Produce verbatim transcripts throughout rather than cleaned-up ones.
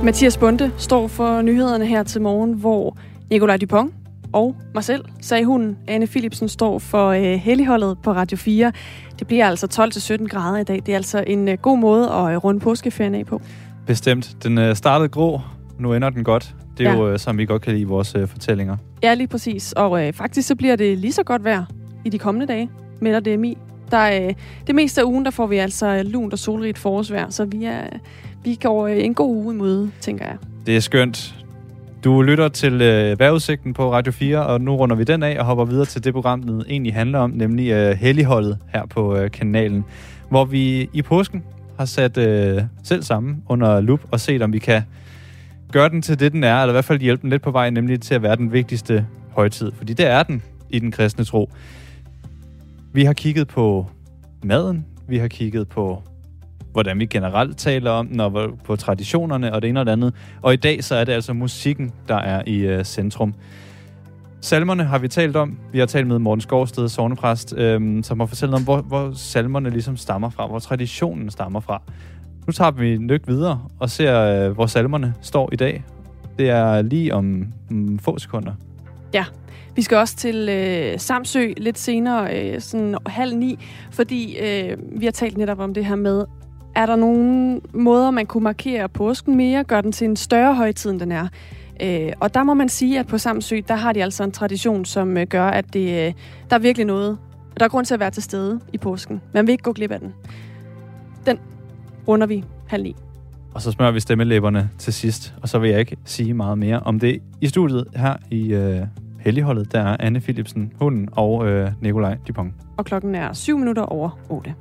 Mathias Bonde står for nyhederne her til morgen, hvor Nikolaj Dupont og mig selv, sagde hun, Anne Philipsen, står for øh, helligholdet på Radio fire. Det bliver altså tolv til sytten grader i dag. Det er altså en øh, god måde at øh, runde påskeferien af på. Bestemt. Den øh, startede grå, nu ender den godt. Det er ja. jo, øh, som vi godt kan lide i vores øh, fortællinger. Ja, lige præcis. Og øh, faktisk så bliver det lige så godt vejr i de kommende dage, melder D M I. Der er, øh, det meste af ugen, der får vi altså lunt og solrigt forårsvejr, så vi, er, vi går øh, en god uge i møde, tænker jeg. Det er skønt. Du lytter til øh, vejrudsigten på Radio fire, og nu runder vi den af og hopper videre til det program, den egentlig handler om, nemlig øh, helligholdet her på øh, kanalen, hvor vi i påsken har sat øh, selv sammen under lup og set, om vi kan gøre den til det, den er, eller i hvert fald hjælpe den lidt på vej, nemlig til at være den vigtigste højtid, fordi det er den i den kristne tro. Vi har kigget på maden, vi har kigget på hvordan vi generelt taler om den, og på traditionerne og det ene og det andet. Og i dag så er det altså musikken, der er i uh, centrum. Salmerne har vi talt om. Vi har talt med Morten Skovsted, sognepræst, øhm, som har fortalt om, hvor, hvor salmerne ligesom stammer fra, hvor traditionen stammer fra. Nu tager vi en lykke videre og ser, uh, hvor salmerne står i dag. Det er lige om um, få sekunder. Ja. Vi skal også til øh, Samsø lidt senere, øh, sådan halv ni, fordi øh, vi har talt netop om det her med, er der nogle måder, man kunne markere påsken mere, gøre den til en større højtid, end den er. Øh, og der må man sige, at på Samsø, der har de altså en tradition, som øh, gør, at det, øh, der er virkelig noget. Der er grund til at være til stede i påsken. Man vil ikke gå glip af den. Den runder vi halv ni. Og så smører vi stemmelæberne til sidst, og så vil jeg ikke sige meget mere om det. I studiet her i øh, helligholdet, der er Anne Philipsen, hunden, og øh, Nikolaj Dupont. Og klokken er syv minutter over otte.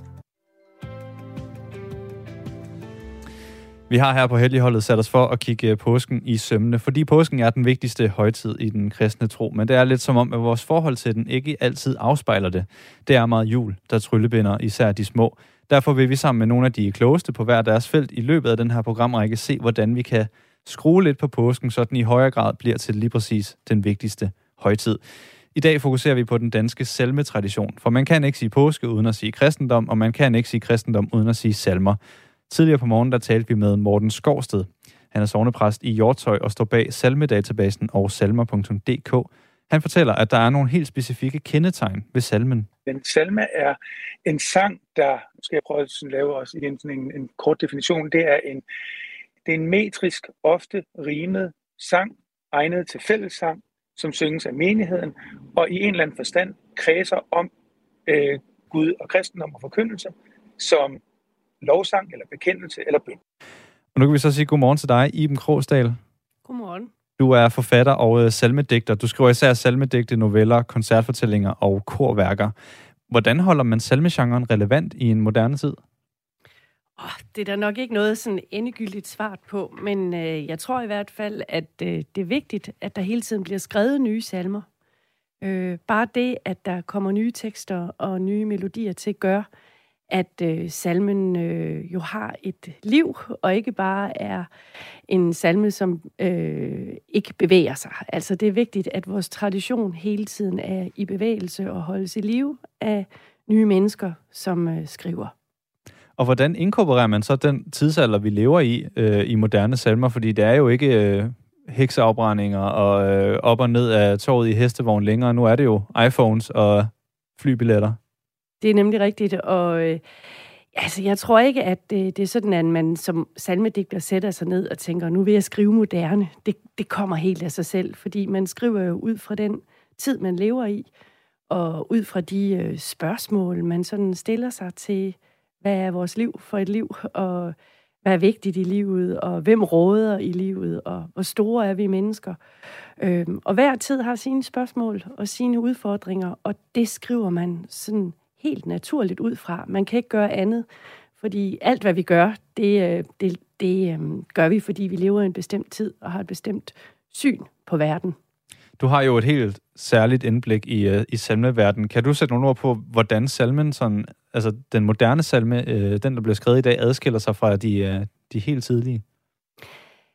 Vi har her på helligholdet sat os for at kigge påsken i sømmene, fordi påsken er den vigtigste højtid i den kristne tro, men det er lidt som om, at vores forhold til den ikke altid afspejler det. Det er meget jul, der tryllebinder især de små. Derfor vil vi sammen med nogle af de klogeste på hver deres felt i løbet af den her programrække se, hvordan vi kan skrue lidt på påsken, så den i højere grad bliver til lige præcis den vigtigste højtid. I dag fokuserer vi på den danske salmetradition, for man kan ikke sige påske uden at sige kristendom, og man kan ikke sige kristendom uden at sige salmer. Tidligere på morgen, der talte vi med Morten Skovsted. Han er sognepræst i Hjortshøj og står bag salmedatabasen og salmer punktum d k. Han fortæller, at der er nogle helt specifikke kendetegn ved salmen. En salme er en sang, der, nu skal jeg prøve at lave også igen sådan en, en kort definition, det er en, det er en metrisk, ofte rimet sang, egnet til fællessang, som synges af menigheden, og i en eller anden forstand kredser om øh, Gud og kristendom og forkyndelse, som lovsang eller bekendelse eller bøn. Og nu kan vi så sige godmorgen til dig, Iben Krogsdal. Godmorgen. Du er forfatter og salmedigter. Du skriver især salmedigte, noveller, koncertfortællinger og korværker. Hvordan holder man salmegenren relevant i en moderne tid? Oh, det er der nok ikke noget sådan endegyldigt svar på, men øh, jeg tror i hvert fald, at øh, det er vigtigt, at der hele tiden bliver skrevet nye salmer. Øh, bare det, at der kommer nye tekster og nye melodier til, gør, at øh, salmen øh, jo har et liv, og ikke bare er en salme, som øh, ikke bevæger sig. Altså det er vigtigt, at vores tradition hele tiden er i bevægelse og holdes i live af nye mennesker, som øh, skriver. Og hvordan inkorporerer man så den tidsalder, vi lever i, øh, i moderne salmer? Fordi det er jo ikke øh, hekseafbrændinger og øh, op og ned af toget i hestevogn længere. Nu er det jo iPhones og flybilletter. Det er nemlig rigtigt, og øh, altså, jeg tror ikke, at det, det er sådan, at man som salmedigter sætter sig ned og tænker, nu vil jeg skrive moderne. Det, det kommer helt af sig selv, fordi man skriver jo ud fra den tid, man lever i, og ud fra de øh, spørgsmål, man sådan stiller sig til, hvad er vores liv for et liv, og hvad er vigtigt i livet, og hvem råder i livet, og hvor store er vi mennesker. Øhm, og hver tid har sine spørgsmål og sine udfordringer, og det skriver man sådan helt naturligt ud fra. Man kan ikke gøre andet, fordi alt, hvad vi gør, det, det, det øhm, gør vi, fordi vi lever i en bestemt tid og har et bestemt syn på verden. Du har jo et helt særligt indblik i, uh, i salmeverdenen. Kan du sætte nogle ord på, hvordan salmen, sådan, altså den moderne salme, uh, den, der bliver skrevet i dag, adskiller sig fra de, uh, de helt tidlige?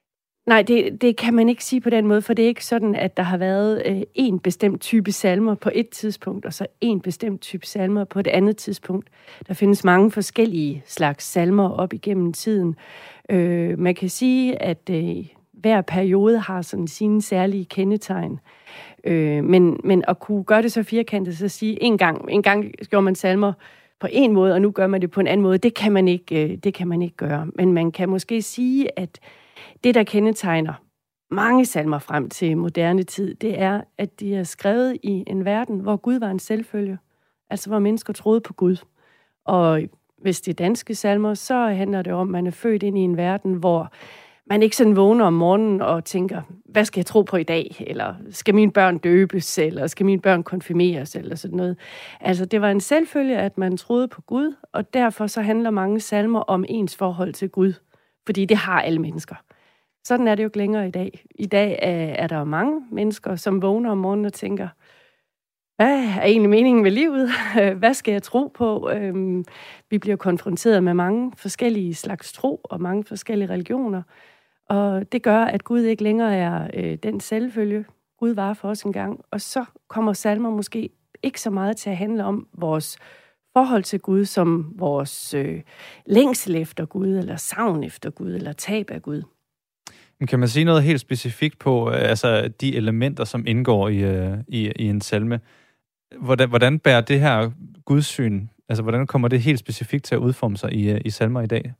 Nej, det, det kan man ikke sige på den måde, for det er ikke sådan, at der har været øh, en bestemt type salmer på et tidspunkt, og så en bestemt type salmer på et andet tidspunkt. Der findes mange forskellige slags salmer op igennem tiden. Øh, man kan sige, at øh, hver periode har sådan sine særlige kendetegn. Øh, men, men at kunne gøre det så firkantet, så at sige, en gang, en gang gjorde man salmer på en måde, og nu gør man det på en anden måde, det kan man ikke, øh, det kan man ikke gøre. Men man kan måske sige, at det, der kendetegner mange salmer frem til moderne tid, det er, at de er skrevet i en verden, hvor Gud var en selvfølge. Altså, hvor mennesker troede på Gud. Og hvis det er danske salmer, så handler det om, at man er født ind i en verden, hvor man ikke sådan vågner om morgenen og tænker, hvad skal jeg tro på i dag? Eller skal mine børn døbes? Eller skal mine børn konfirmeres? Eller sådan noget. Altså, det var en selvfølge, at man troede på Gud, og derfor så handler mange salmer om ens forhold til Gud. Fordi det har alle mennesker. Sådan er det jo ikke længere i dag. I dag er der mange mennesker, som vågner om morgenen og tænker, hvad er egentlig meningen med livet? Hvad skal jeg tro på? Vi bliver konfronteret med mange forskellige slags tro og mange forskellige religioner. Og det gør, at Gud ikke længere er den selvfølge, Gud var for os engang. Og så kommer salmer måske ikke så meget til at handle om vores forhold til Gud, som vores øh, længsel efter Gud, eller savn efter Gud, eller tab af Gud. Men kan man sige noget helt specifikt på altså de elementer, som indgår i, i, i en salme? Hvordan, hvordan bærer det her gudssyn, altså hvordan kommer det helt specifikt til at udforme sig i, i salmer i dag?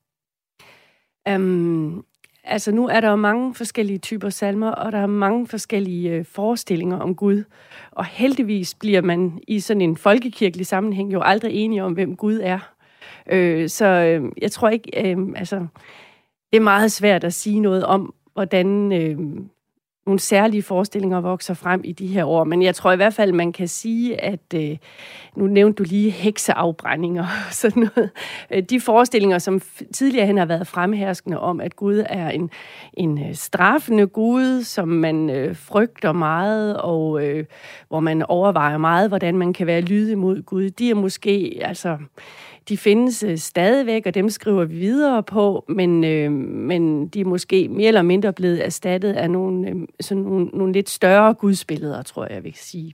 Um, altså nu er der jo mange forskellige typer salmer, og der er mange forskellige øh, forestillinger om Gud. Og heldigvis bliver man i sådan en folkekirkelig sammenhæng jo aldrig enige om, hvem Gud er. Øh, så øh, jeg tror ikke, øh, altså det er meget svært at sige noget om, hvordan øh, nogle særlige forestillinger vokser frem i de her år. Men jeg tror i hvert fald, man kan sige, at øh, nu nævnte du lige hekseafbrændinger og sådan noget. De forestillinger, som tidligere hen har været fremherskende om, at Gud er en, en straffende Gud, som man øh, frygter meget, og øh, hvor man overvejer meget, hvordan man kan være lydig mod Gud, de er måske, altså, de findes øh, stadigvæk, og dem skriver vi videre på, men, øh, men de er måske mere eller mindre blevet erstattet af nogle, øh, sådan nogle, nogle lidt større gudsbilleder, tror jeg, jeg vil sige.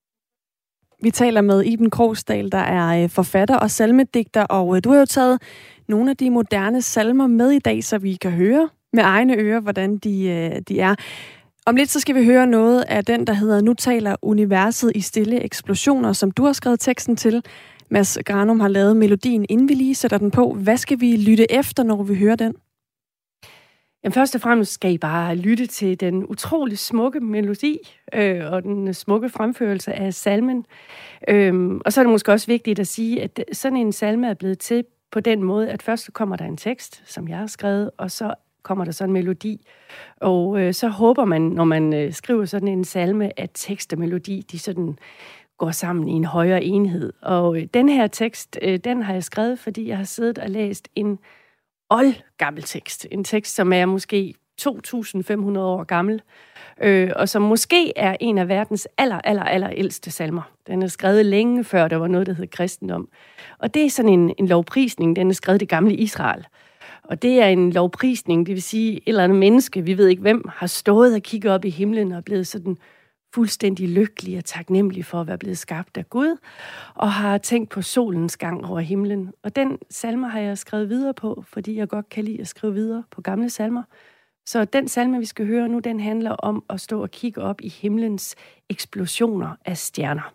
Vi taler med Iben Krogsdal, der er forfatter og salmedigter, og du har jo taget nogle af de moderne salmer med i dag, så vi kan høre med egne ører, hvordan de, de er. Om lidt så skal vi høre noget af den, der hedder Nu taler universet i stille eksplosioner, som du har skrevet teksten til. Mads Granum har lavet melodien, inden vi lige sætter den på. Hvad skal vi lytte efter, når vi hører den? Jamen, først og fremmest skal I bare lytte til den utrolig smukke melodi øh, og den smukke fremførelse af salmen. Øhm, og så er det måske også vigtigt at sige, at sådan en salme er blevet til på den måde, at først kommer der en tekst, som jeg har skrevet, og så kommer der så en melodi. Og øh, så håber man, når man øh, skriver sådan en salme, at tekst og melodi, de sådan går sammen i en højere enhed. Og øh, den her tekst, øh, den har jeg skrevet, fordi jeg har siddet og læst en oldgammel tekst. En tekst, som er måske to tusind fem hundrede år gammel, øh, og som måske er en af verdens aller, aller, aller ældste salmer. Den er skrevet længe før der var noget, der hed kristendom. Og det er sådan en, en lovprisning, den er skrevet det gamle Israel. Og det er en lovprisning, det vil sige, et eller andet menneske, vi ved ikke hvem, har stået og kigget op i himlen og blevet sådan fuldstændig lykkelig og taknemmelig for at være blevet skabt af Gud, og har tænkt på solens gang over himlen. Og den salme har jeg skrevet videre på, fordi jeg godt kan lide at skrive videre på gamle salmer. Så den salme, vi skal høre nu, den handler om at stå og kigge op i himlens eksplosioner af stjerner.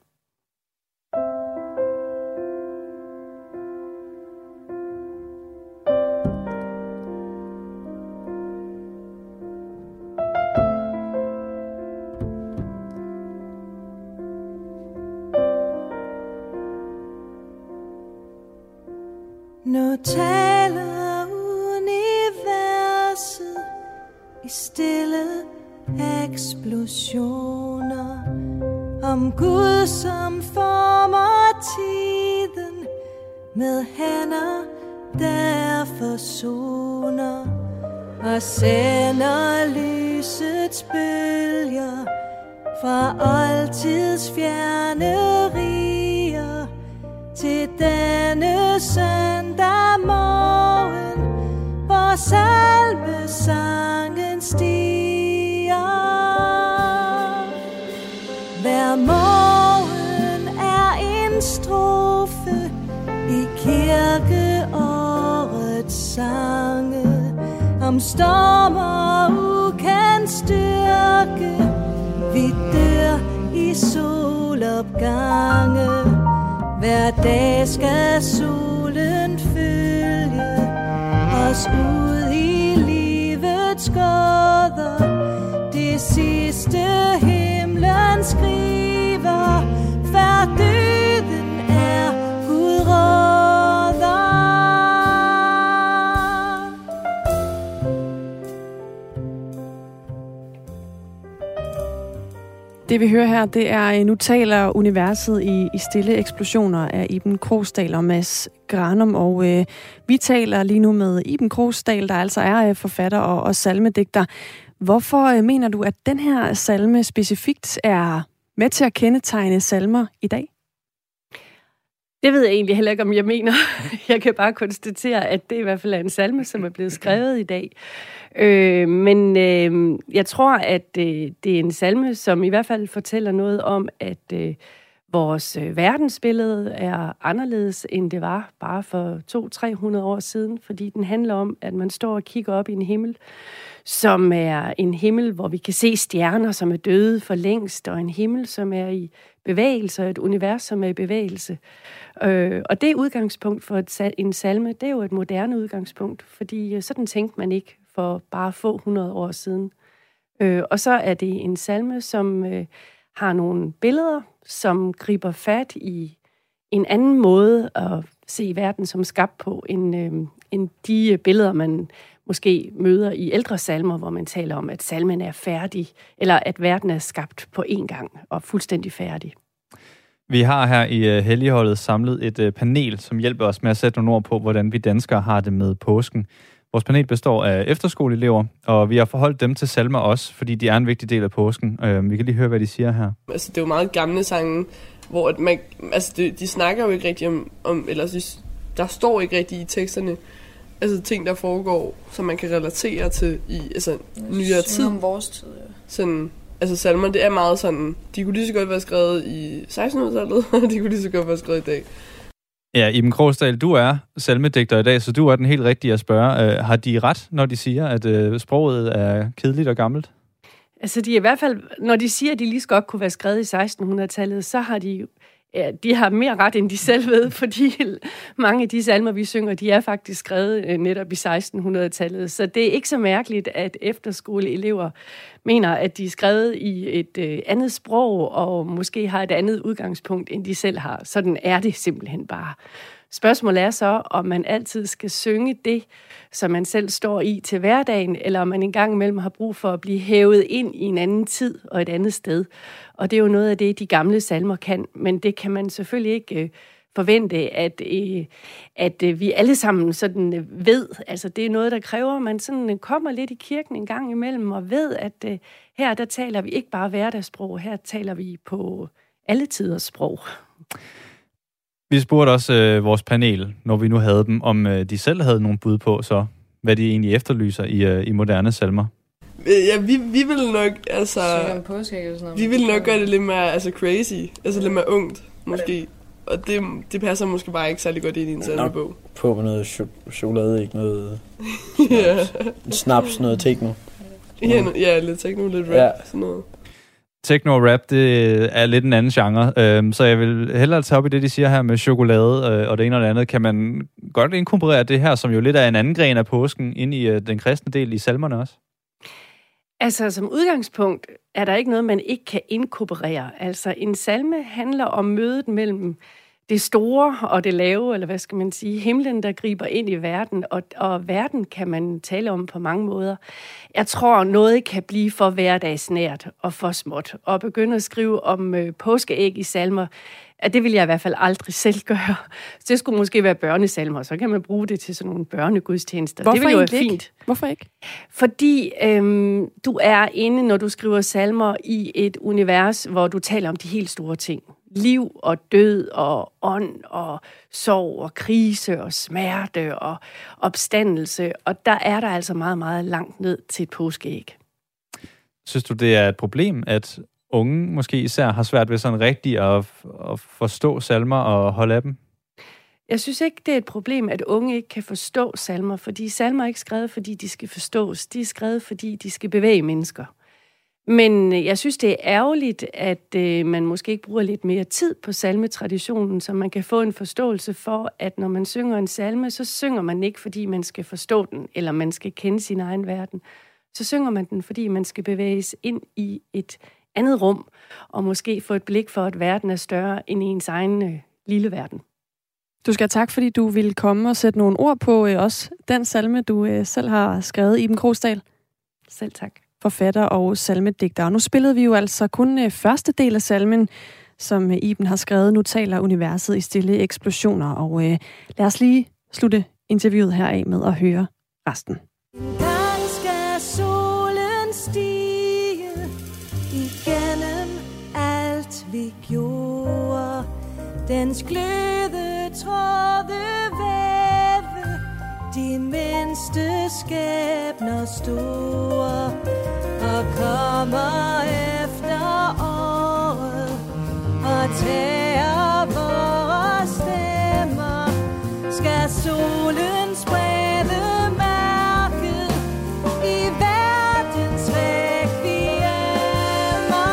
Nu taler universet i stille eksplosioner om Gud, som former tiden med hænder, der forsoner og sender lysets bølger fra oldtids fjerne riger til denne søndag morgen, hvor salmesangen stiger. sange om storm og ukendt styrke. Vi dør i solopgange. Hver dag skal solen følge os ud i livets gåder. Det sidste himlen skriver, før døden er Gud råder. Det vi hører her, det er Nu taler universet i, i stille eksplosioner af Iben Krogsdal og Mads Granum. Og øh, vi taler lige nu med Iben Krogsdal, der altså er øh, forfatter og, og salmedigter. Hvorfor øh, mener du, at den her salme specifikt er med til at kendetegne salmer i dag? Det ved jeg egentlig heller ikke, om jeg mener. Jeg kan bare konstatere, at det i hvert fald er en salme, som er blevet skrevet i dag. Øh, men øh, jeg tror, at øh, det er en salme, som i hvert fald fortæller noget om, at øh, vores øh, verdensbillede er anderledes, end det var bare for to til tre hundrede år siden. Fordi den handler om, at man står og kigger op i en himmel, som er en himmel, hvor vi kan se stjerner, som er døde for længst, og en himmel, som er i bevægelse, og et univers, som er i bevægelse. Øh, og det udgangspunkt for et, en salme, det er jo et moderne udgangspunkt, fordi sådan tænkte man ikke for bare få hundrede år siden. Øh, og så er det en salme, som øh, har nogle billeder, som griber fat i en anden måde at se verden som skabt på, end, øh, end de billeder, man måske møder i ældre salmer, hvor man taler om, at salmen er færdig, eller at verden er skabt på én gang og fuldstændig færdig. Vi har her i uh, Helligholdet samlet et uh, panel, som hjælper os med at sætte nogle ord på, hvordan vi danskere har det med påsken. Vores panel består af efterskoleelever, og vi har forholdt dem til salmer også, fordi de er en vigtig del af påsken. Uh, vi kan lige høre, hvad de siger her. Altså, det er jo meget gamle sange, hvor man, altså, de, de snakker jo ikke rigtig om, om eller de, der står ikke rigtig i teksterne, altså ting, der foregår, som man kan relatere til i altså, nyere tid. Om vores tid, ja. Sådan, altså salmer, det er meget sådan, de kunne lige så godt være skrevet i sekstenhundredetallet, og de kunne lige så godt være skrevet i dag. Ja, Iben Krogsdal, du er salmedigter i dag, så du er den helt rigtige at spørge. Uh, har de ret, når de siger, at uh, sproget er kedeligt og gammelt? Altså, de er i hvert fald, når de siger, at de lige så godt kunne være skrevet i sekstenhundredetallet, så har de ja, de har mere ret, end de selv ved, fordi mange af de salmer, vi synger, de er faktisk skrevet netop i sekstenhundredetallet. Så det er ikke så mærkeligt, at efterskoleelever mener, at de er skrevet i et øh, andet sprog, og måske har et andet udgangspunkt, end de selv har. Sådan er det simpelthen bare. Spørgsmålet er så, om man altid skal synge det, som man selv står i til hverdagen, eller om man engang imellem har brug for at blive hævet ind i en anden tid og et andet sted. Og det er jo noget af det, de gamle salmer kan, men det kan man selvfølgelig ikke øh, forvente, at, øh, at øh, vi alle sammen sådan øh, ved. Altså det er noget, der kræver, at man sådan øh, kommer lidt i kirken en gang imellem og ved, at øh, her der taler vi ikke bare hverdagssprog, her taler vi på alle tiders sprog. Vi spurgte også øh, vores panel, når vi nu havde dem, om øh, de selv havde nogle bud på, så hvad de egentlig efterlyser i, øh, i moderne salmer. Ja, vi, vi ville nok, altså... Påske, sådan vi ville nok gøre det lidt mere altså crazy, altså lidt mere ungt, måske. Og det, det passer måske bare ikke særlig godt ind i en salmebog. På med noget cho- chokolade, ikke noget... Ja. Snaps, noget techno. Ja, no, ja, lidt techno, lidt rap, ja. Sådan noget. Techno og rap, det er lidt en anden genre, øhm, så jeg vil hellere tage op i det, de siger her med chokolade øh, og det ene og det andet. Kan man godt inkorporere det her, som jo lidt er en anden gren af påsken, ind i øh, den kristne del i salmerne også? Altså, som udgangspunkt er der ikke noget, man ikke kan inkorporere. Altså, en salme handler om mødet mellem det store og det lave, eller hvad skal man sige, himlen, der griber ind i verden, og, og verden kan man tale om på mange måder. Jeg tror, noget kan blive for hverdagsnært og for småt, og begynde at skrive om øh, påskeæg i salmer, at det vil jeg i hvert fald aldrig selv gøre. Så det skulle måske være børnesalmer, så kan man bruge det til sådan nogle børnegudstjenester. Hvorfor det vil jo være fint? Ikke? Hvorfor ikke? Fordi øhm, du er inde, når du skriver salmer, i et univers, hvor du taler om de helt store ting. Liv og død og ånd og sorg og krise og smerte og opstandelse. Og der er der altså meget, meget langt ned til et påskeæg. Synes du, det er et problem, at unge måske især har svært ved sådan rigtigt at, at forstå salmer og holde af dem? Jeg synes ikke, det er et problem, at unge ikke kan forstå salmer, fordi salmer er ikke skrevet, fordi de skal forstås. De er skrevet, fordi de skal bevæge mennesker. Men jeg synes, det er ærgerligt, at øh, man måske ikke bruger lidt mere tid på salmetraditionen, så man kan få en forståelse for, at når man synger en salme, så synger man ikke, fordi man skal forstå den, eller man skal kende sin egen verden. Så synger man den, fordi man skal bevæges ind i et andet rum, og måske få et blik for, at verden er større end ens egen øh, lille verden. Du skal have tak, fordi du ville komme og sætte nogle ord på øh, også den salme, du øh, selv har skrevet, Iben Krogsdal. Selv tak. Forfatter og salmedigter. Og nu spillede vi jo altså kun øh, første del af salmen, som øh, Iben har skrevet. Nu taler universet i stille eksplosioner. Og øh, lad os lige slutte interviewet her af med at høre resten. En gang skal solen stige igennem alt vi gjorde. Dens gløde tråde væve de mindste skæbner store, og kommer efter året og tager vores stemmer. Skal solen sprede mærket i verdens rekviemer.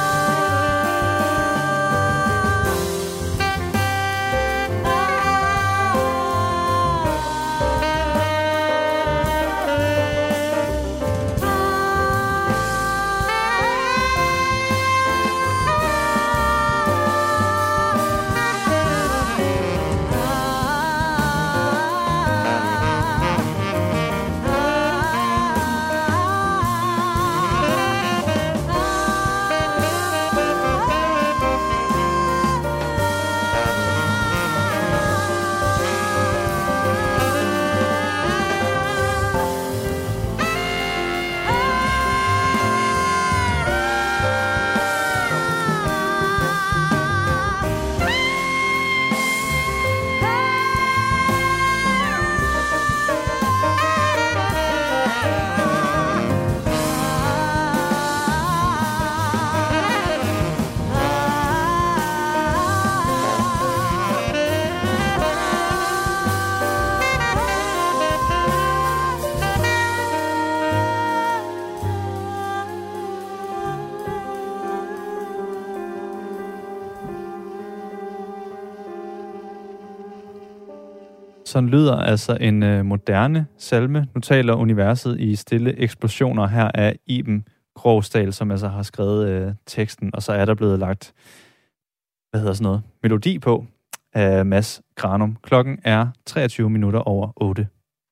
Sådan lyder altså en øh, moderne salme. Nu taler universet i stille eksplosioner. Her af Iben Krogsdal, som altså har skrevet øh, teksten, og så er der blevet lagt, hvad hedder sådan noget, melodi på af Mads Granum. Klokken er treogtyve minutter over otte.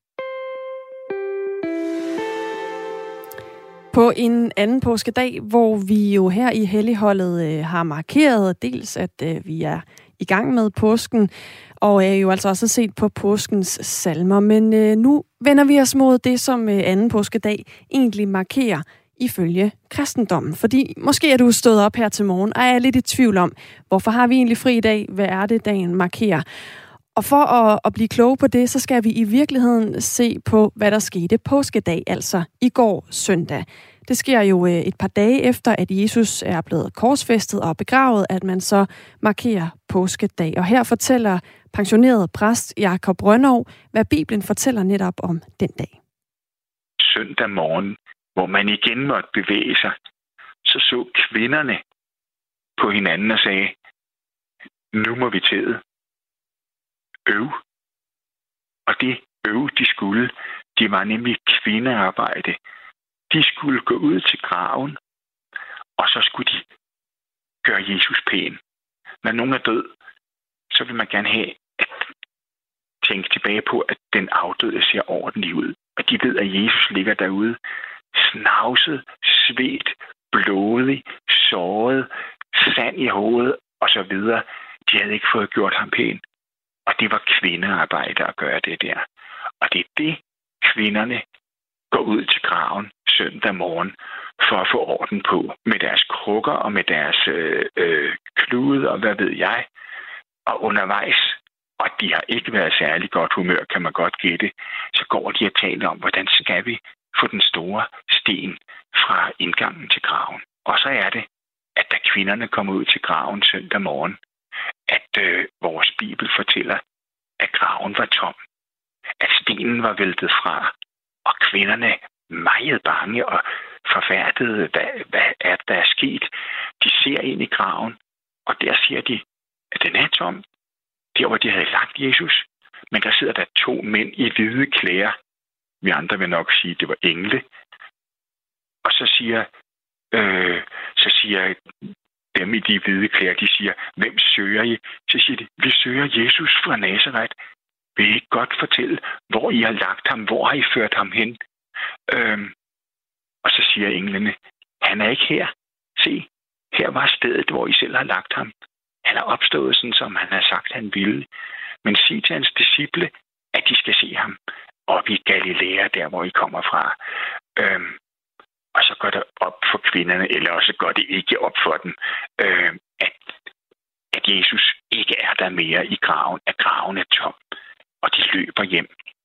På en anden påskedag, hvor vi jo her i Helligholdet øh, har markeret dels, at øh, vi er i gang med påsken, og er jo altså også set på påskens salmer. Men øh, nu vender vi os mod det, som øh, anden påskedag egentlig markerer ifølge kristendommen. Fordi måske er du stået op her til morgen, og er lidt i tvivl om, hvorfor har vi egentlig fri i dag? Hvad er det, dagen markerer? Og for at, at blive kloge på det, så skal vi i virkeligheden se på, hvad der skete påskedag, altså i går søndag. Det sker jo et par dage efter, at Jesus er blevet korsfæstet og begravet, at man så markerer påskedag. Og her fortæller pensioneret præst Jakob Rønnow, hvad Bibelen fortæller netop om den dag. Søndag morgen, hvor man igen måtte bevæge sig, så så kvinderne på hinanden og sagde, nu må vi til øv. Og det øv, de skulle, de var nemlig kvindearbejde. De skulle gå ud til graven, og så skulle de gøre Jesus pæn. Når nogen er død, så vil man gerne have at tænke tilbage på, at den afdøde ser ordentlig ud. Og de ved, at Jesus ligger derude, snavset, svedt, blodig, såret, sand i hovedet osv. De havde ikke fået gjort ham pæn. Og det var kvindearbejde at gøre det der. Og det er det, kvinderne går ud til graven søndag morgen for at få orden på med deres krukker og med deres øh, øh, klude og hvad ved jeg. Og undervejs, og de har ikke været særlig godt humør, kan man godt gætte, så går de og taler om, hvordan skal vi få den store sten fra indgangen til graven. Og så er det, at da kvinderne kommer ud til graven søndag morgen, at øh, vores Bibel fortæller, at graven var tom. At stenen var væltet fra, og kvinderne meget bange og forfærdede, hvad, hvad er der er sket. De ser ind i graven, og der siger de, at den er tom. Der, hvor de havde lagt Jesus. Men der sidder der to mænd i hvide klæder. Vi andre vil nok sige, at det var engle. Og så siger, øh, så siger dem i de hvide klæder, de siger, hvem søger I? Så siger de, vi søger Jesus fra Nazareth. Vil I ikke godt fortælle, hvor I har lagt ham? Hvor har I ført ham hen? Øhm, og så siger englene, han er ikke her. Se, her var stedet, hvor I selv har lagt ham. Han er opstået sådan, som han har sagt, han ville. Men sig til hans disciple, at de skal se ham op i Galilea, der hvor I kommer fra. Øhm, og så går det op for kvinderne, eller også går det ikke op for dem, øhm, at, at Jesus ikke er der mere i graven, at graven er tom. Og de løber hjem.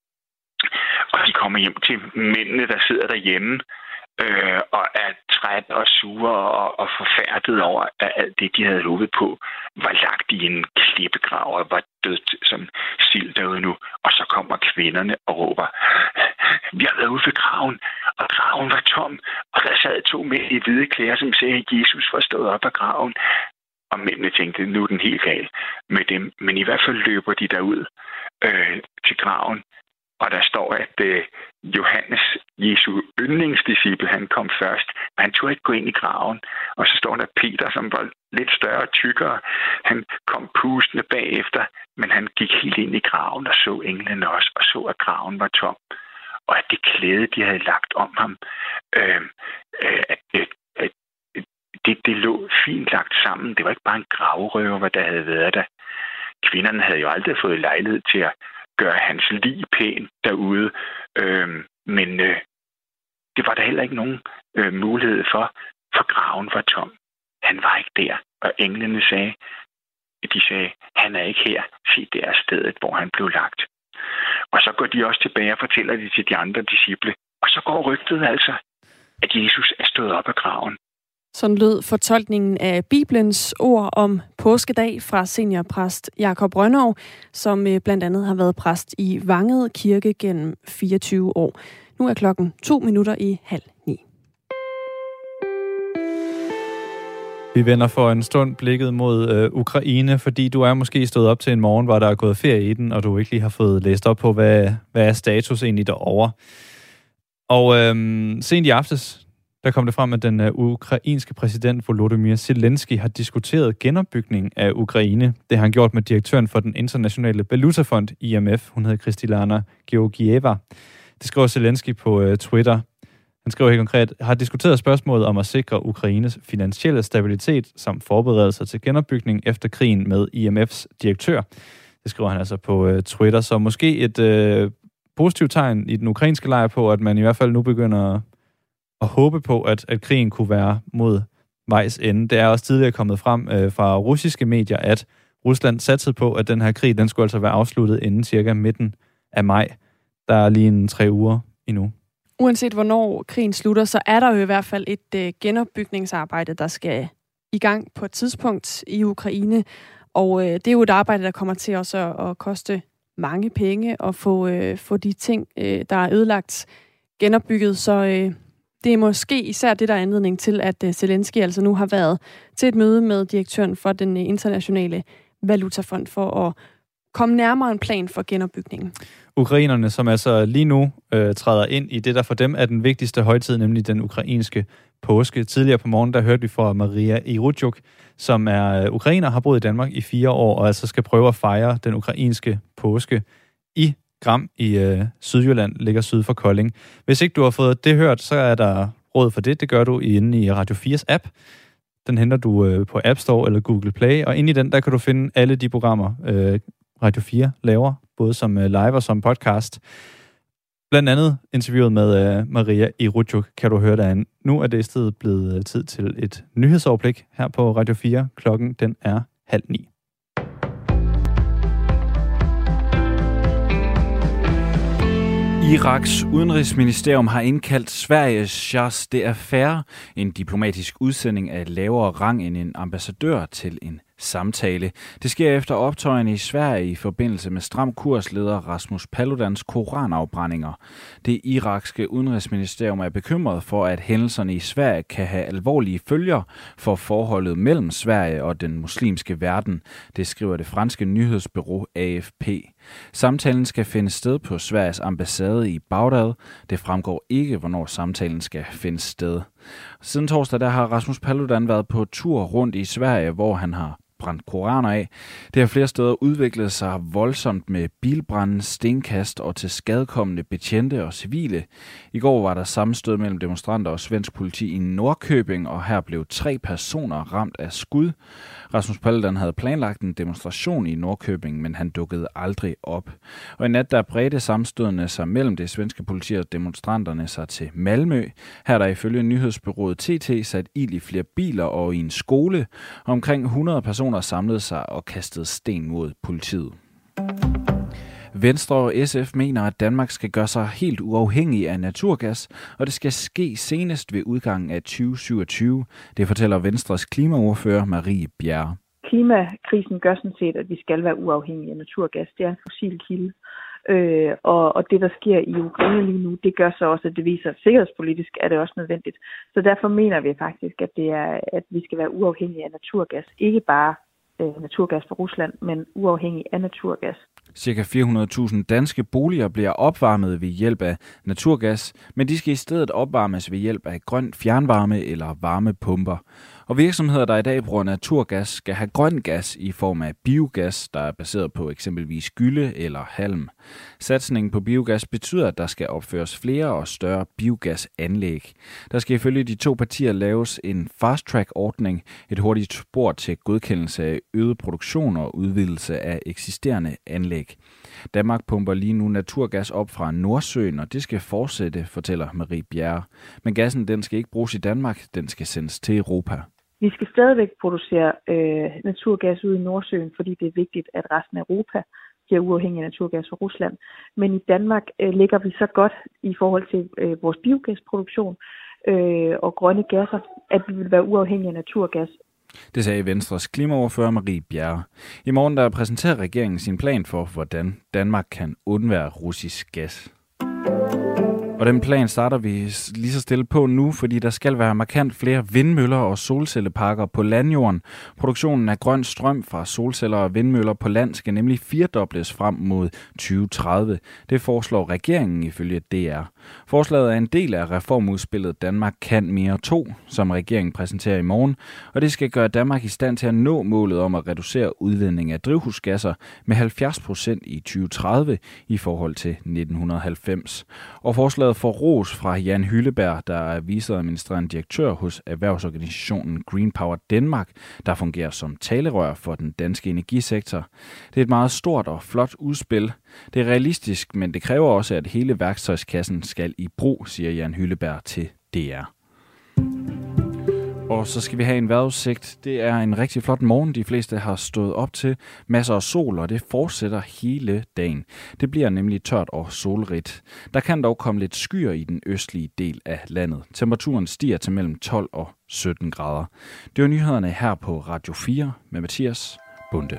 Og de kommer hjem til mændene, der sidder derhjemme, øh, og er træt og sure og, og forfærdet over, at alt det, de havde håbet på, var lagt i en klippegrav og var dødt som sild derude nu. Og så kommer kvinderne og råber, vi har været ude ved graven, og graven var tom, og der sad to mænd i hvide klæder, som sagde, at Jesus var stået op af graven. Og mændene tænkte, nu er den helt gal med dem. Men i hvert fald løber de derud øh, til graven. Og der står, at øh, Johannes, Jesu yndlingsdisciple, han kom først. Men han turde ikke gå ind i graven. Og så står der Peter, som var lidt større og tykkere. Han kom pustende bagefter, men han gik helt ind i graven og så englene også, og så, at graven var tom. Og at det klæde, de havde lagt om ham, øh, øh, at, at, at det, det lå fint lagt sammen. Det var ikke bare en gravrøver, der havde været der. Kvinderne havde jo aldrig fået lejlighed til at gøre hans lig pæn derude. Øh, men øh, det var der heller ikke nogen øh, mulighed for, for graven var tom. Han var ikke der. Og englene sagde, de sagde, han er ikke her. Se, det er stedet, hvor han blev lagt. Og så går de også tilbage og fortæller det til de andre disciple. Og så går rygtet altså, at Jesus er stået op af graven. Sådan lød fortolkningen af Bibelens ord om påskedag fra seniorpræst Jakob Rønnow, som blandt andet har været præst i Vangede Kirke gennem fireogtyve år. Nu er klokken to minutter i halv ni. Vi vender for en stund blikket mod øh, Ukraine, fordi du er måske stået op til en morgen, hvor der er gået ferie i den, og du ikke lige har fået læst op på, hvad, hvad er status egentlig derovre. Og øh, sent i aftes, der kom det frem, at den uh, ukrainske præsident Volodymyr Zelensky har diskuteret genopbygning af Ukraine. Det har han gjort med direktøren for den internationale valutafond I M F. Hun hedder Kristalina Georgieva. Det skriver Zelensky på uh, Twitter. Han skriver helt konkret, har diskuteret spørgsmålet om at sikre Ukraines finansielle stabilitet samt forberedelser til genopbygning efter krigen med I M F's direktør. Det skriver han altså på uh, Twitter. Så måske et uh, positivt tegn i den ukrainske lejr på, at man i hvert fald nu begynder og håbe på, at, at krigen kunne være mod vejs ende. Det er også tidligere kommet frem øh, fra russiske medier, at Rusland satsede på, at den her krig, den skulle altså være afsluttet inden cirka midten af maj. Der er lige en tre uger endnu. Uanset hvornår krigen slutter, så er der jo i hvert fald et øh, genopbygningsarbejde, der skal i gang på et tidspunkt i Ukraine. Og øh, det er jo et arbejde, der kommer til også at, at koste mange penge og få, øh, få de ting, øh, der er ødelagt, genopbygget. Så øh, det er måske især det, der er anledning til, at øh, Zelensky altså nu har været til et møde med direktøren for den øh, internationale valutafond for at komme nærmere en plan for genopbygningen. Ukrainerne, som altså lige nu øh, træder ind i det, der for dem er den vigtigste højtid, nemlig den ukrainske påske. Tidligere på morgen, der hørte vi fra Maria Iruchuk, som er øh, ukrainer, har boet i Danmark i fire år, og altså skal prøve at fejre den ukrainske påske i Gram i øh, Sydjylland, ligger syd for Kolding. Hvis ikke du har fået det hørt, så er der råd for det. Det gør du inde i Radio fires app. Den henter du øh, på App Store eller Google Play, og inde i den, der kan du finde alle de programmer, øh, Radio fire laver, både som øh, live og som podcast. Blandt andet interviewet med øh, Maria Iruchuk, kan du høre derinde. Nu er det i stedet blevet øh, tid til et nyhedsoverblik her på Radio fire. Klokken den er halv ni. Iraks udenrigsministerium har indkaldt Sveriges Charles de Affaire, en diplomatisk udsending af lavere rang end en ambassadør, til en samtale. Det sker efter optøjerne i Sverige i forbindelse med Stram Kurs-leder Rasmus Paludans koranafbrændinger. Det irakske udenrigsministerium er bekymret for, at hændelserne i Sverige kan have alvorlige følger for forholdet mellem Sverige og den muslimske verden. Det skriver det franske nyhedsbureau A F P. Samtalen skal finde sted på Sveriges ambassade i Bagdad. Det fremgår ikke, hvornår samtalen skal finde sted. Siden torsdag der har Rasmus Paludan været på tur rundt i Sverige, hvor han har brændt koraner af. Det har flere steder udviklet sig voldsomt med bilbrænde, stenkast og til skadekommende betjente og civile. I går var der sammenstød mellem demonstranter og svensk politi i Norrköping, og her blev tre personer ramt af skud. Rasmus Paludan havde planlagt en demonstration i Norrköping, men han dukkede aldrig op. Og i nat der bredte sammenstødene sig mellem det svenske politi og demonstranterne sig til Malmø. Her er der ifølge nyhedsbureauet T T sat ild i flere biler og i en skole. Omkring hundrede personer samlede sig og kastede sten mod politiet. Venstre og S F mener, at Danmark skal gøre sig helt uafhængig af naturgas, og det skal ske senest ved udgangen af tyve syvogtyve. Det fortæller Venstres klimaordfører Marie Bjerre. Klimakrisen gør sådan set, at vi skal være uafhængige af naturgas. Det er en fossil kilde. Øh, og, og det, der sker i Ukraine lige nu, det gør så også, at det viser, at sikkerhedspolitisk er det også nødvendigt. Så derfor mener vi faktisk, at, det er, at vi skal være uafhængige af naturgas. Ikke bare øh, naturgas fra Rusland, men uafhængige af naturgas. Cirka fire hundrede tusind danske boliger bliver opvarmet ved hjælp af naturgas, men de skal i stedet opvarmes ved hjælp af grøn fjernvarme eller varmepumper. Og virksomheder, der i dag bruger naturgas, skal have grøn gas i form af biogas, der er baseret på eksempelvis gylle eller halm. Satsningen på biogas betyder, at der skal opføres flere og større biogasanlæg. Der skal ifølge de to partier laves en fast-track-ordning, et hurtigt spor til godkendelse af øget produktion og udvidelse af eksisterende anlæg. Danmark pumper lige nu naturgas op fra Nordsøen, og det skal fortsætte, fortæller Marie Bjerre. Men gassen den skal ikke bruges i Danmark, den skal sendes til Europa. Vi skal stadigvæk producere øh, naturgas ud i Nordsøen, fordi det er vigtigt, at resten af Europa bliver uafhængig af naturgas fra Rusland. Men i Danmark øh, ligger vi så godt i forhold til øh, vores biogasproduktion øh, og grønne gasser, at vi vil være uafhængige af naturgas. Det sagde Venstres klimaordfører Marie Bjerre. I morgen der præsenterer regeringen sin plan for, hvordan Danmark kan undvære russisk gas. Og den plan starter vi lige så stille på nu, fordi der skal være markant flere vindmøller og solcelleparker på landjorden. Produktionen af grøn strøm fra solceller og vindmøller på land skal nemlig firedobles frem mod tyve tredive. Det foreslår regeringen ifølge D R. Forslaget er en del af reformudspillet Danmark kan mere to, som regeringen præsenterer i morgen, og det skal gøre Danmark i stand til at nå målet om at reducere udledning af drivhusgasser med halvfjerds procent i tyve tredive i forhold til nitten halvfems. Og forslaget får ros fra Jan Hylleberg, der er viceadministrerende direktør hos erhvervsorganisationen Green Power Denmark, der fungerer som talerør for den danske energisektor. Det er et meget stort og flot udspil. Det er realistisk, men det kræver også, at hele værktøjskassen skal i brug, siger Jan Hylleberg til D R. Og så skal vi have en vejrudsigt. Det er en rigtig flot morgen, de fleste har stået op til. Masser af sol, og det fortsætter hele dagen. Det bliver nemlig tørt og solrigt. Der kan dog komme lidt skyer i den østlige del af landet. Temperaturen stiger til mellem tolv og sytten grader. Det var nyhederne her på Radio fire med Mathias Bunde.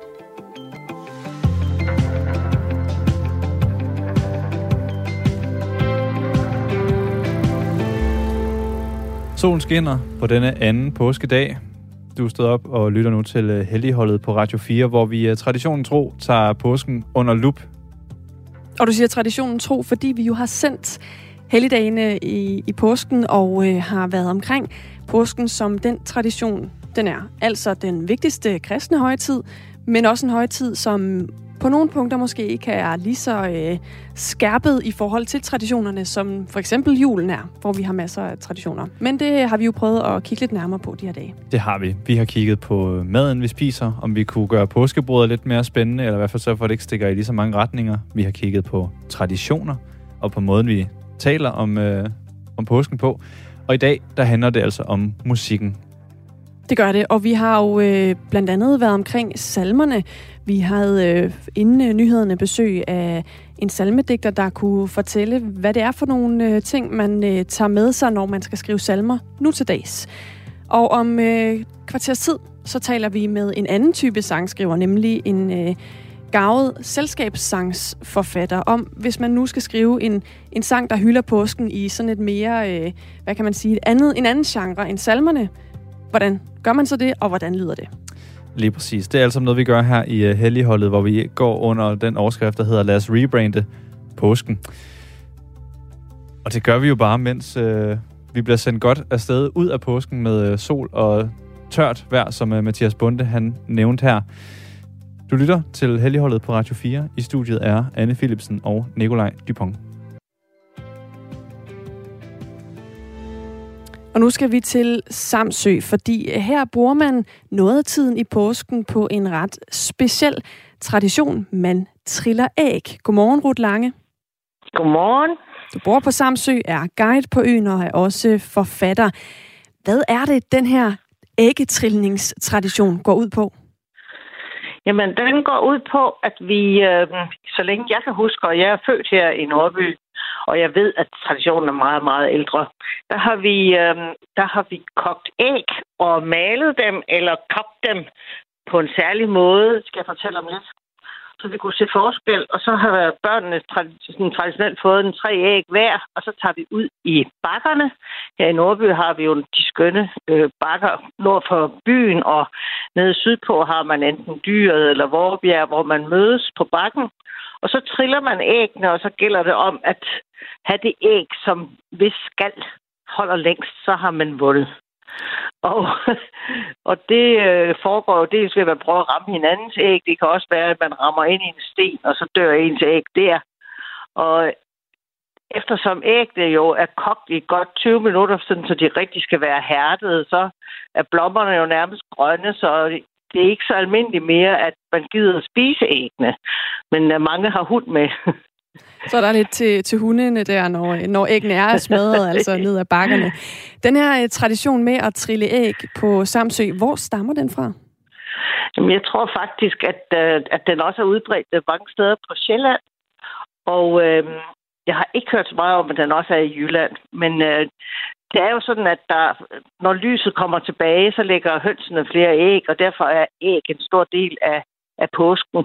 Solen skinner på denne anden påskedag. Du stod op og lytter nu til Helligholdet på Radio fire, hvor vi traditionen tro tager påsken under lup. Og du siger traditionen tro, fordi vi jo har sendt helligdagene i, i påsken og øh, har været omkring påsken som den tradition, den er. Altså den vigtigste kristne højtid, men også en højtid, som på nogle punkter måske ikke er lige så øh, skærpet i forhold til traditionerne, som for eksempel julen er, hvor vi har masser af traditioner. Men det har vi jo prøvet at kigge lidt nærmere på de her dage. Det har vi. Vi har kigget på maden, vi spiser, om vi kunne gøre påskebordet lidt mere spændende, eller i hvert fald så for, at det ikke stikker i lige så mange retninger. Vi har kigget på traditioner, og på måden, vi taler om, øh, om påsken på. Og i dag, der handler det altså om musikken. Det gør det, og vi har jo øh, blandt andet været omkring salmerne. Vi havde øh, inden øh, nyhederne besøg af en salmedigter, der kunne fortælle, hvad det er for nogle øh, ting, man øh, tager med sig, når man skal skrive salmer nu til dags. Og om øh, kvarters tid, så taler vi med en anden type sangskriver, nemlig en øh, garvet selskabssangsforfatter, om hvis man nu skal skrive en, en sang, der hylder påsken i sådan et mere, øh, hvad kan man sige, et andet, en anden genre end salmerne. Hvordan gør man så det, og hvordan lyder det? Lige præcis. Det er altså noget, vi gør her i uh, Helligholdet, hvor vi går under den overskrift, der hedder lad os rebrande påsken. Og det gør vi jo bare, mens uh, vi bliver sendt godt afsted ud af påsken med uh, sol og tørt vejr, som uh, Mathias Bonde han nævnte her. Du lytter til Helligholdet på Radio fire. I studiet er Anne Philipsen og Nikolaj Dupont. Og nu skal vi til Samsø, fordi her bruger man noget af tiden i påsken på en ret speciel tradition. Man triller æg. Godmorgen, Ruth Lange. Godmorgen. Du bor på Samsø, er guide på øen og er også forfatter. Hvad er det, den her æggetrilningstradition går ud på? Jamen, den går ud på, at vi, øh, så længe jeg kan huske, og jeg er født her i Nordby, og jeg ved, at traditionen er meget, meget ældre, der har vi, øh, der har vi kogt æg og malet dem, eller kogt dem på en særlig måde, skal jeg fortælle om lidt, så vi kunne se forskel. Og så har børnene traditionelt fået en tre æg hver, og så tager vi ud i bakkerne. Her i Nordby har vi jo de skønne øh, bakker nord for byen, og nede sydpå har man enten Dyret eller Vorbjerg, hvor man mødes på bakken. Og så triller man æggene, og så gælder det om at have det æg, som hvis skal holder længst, så har man vundet. Og, og det øh, foregår jo dels ved, at man prøver at ramme hinandens æg. Det kan også være, at man rammer ind i en sten, og så dør ens æg der. Og eftersom æggene jo er kogt i godt tyve minutter, sådan, så de rigtig skal være hærdede, så er blommerne jo nærmest grønne, så det er ikke så almindeligt mere, at man gider at spise æggene. Men uh, mange har hund med. Så er der lidt til, til hundene der, når, når æggene er smadret, altså ned ad bakkerne. Den her uh, tradition med at trille æg på Samsø, hvor stammer den fra? Jamen, jeg tror faktisk, at, uh, at den også er udbredt mange steder på Sjælland. Og uh, jeg har ikke hørt så meget om, at den også er i Jylland. Men uh, det er jo sådan, at der, når lyset kommer tilbage, så lægger hønsene flere æg, og derfor er æg en stor del af, af påsken.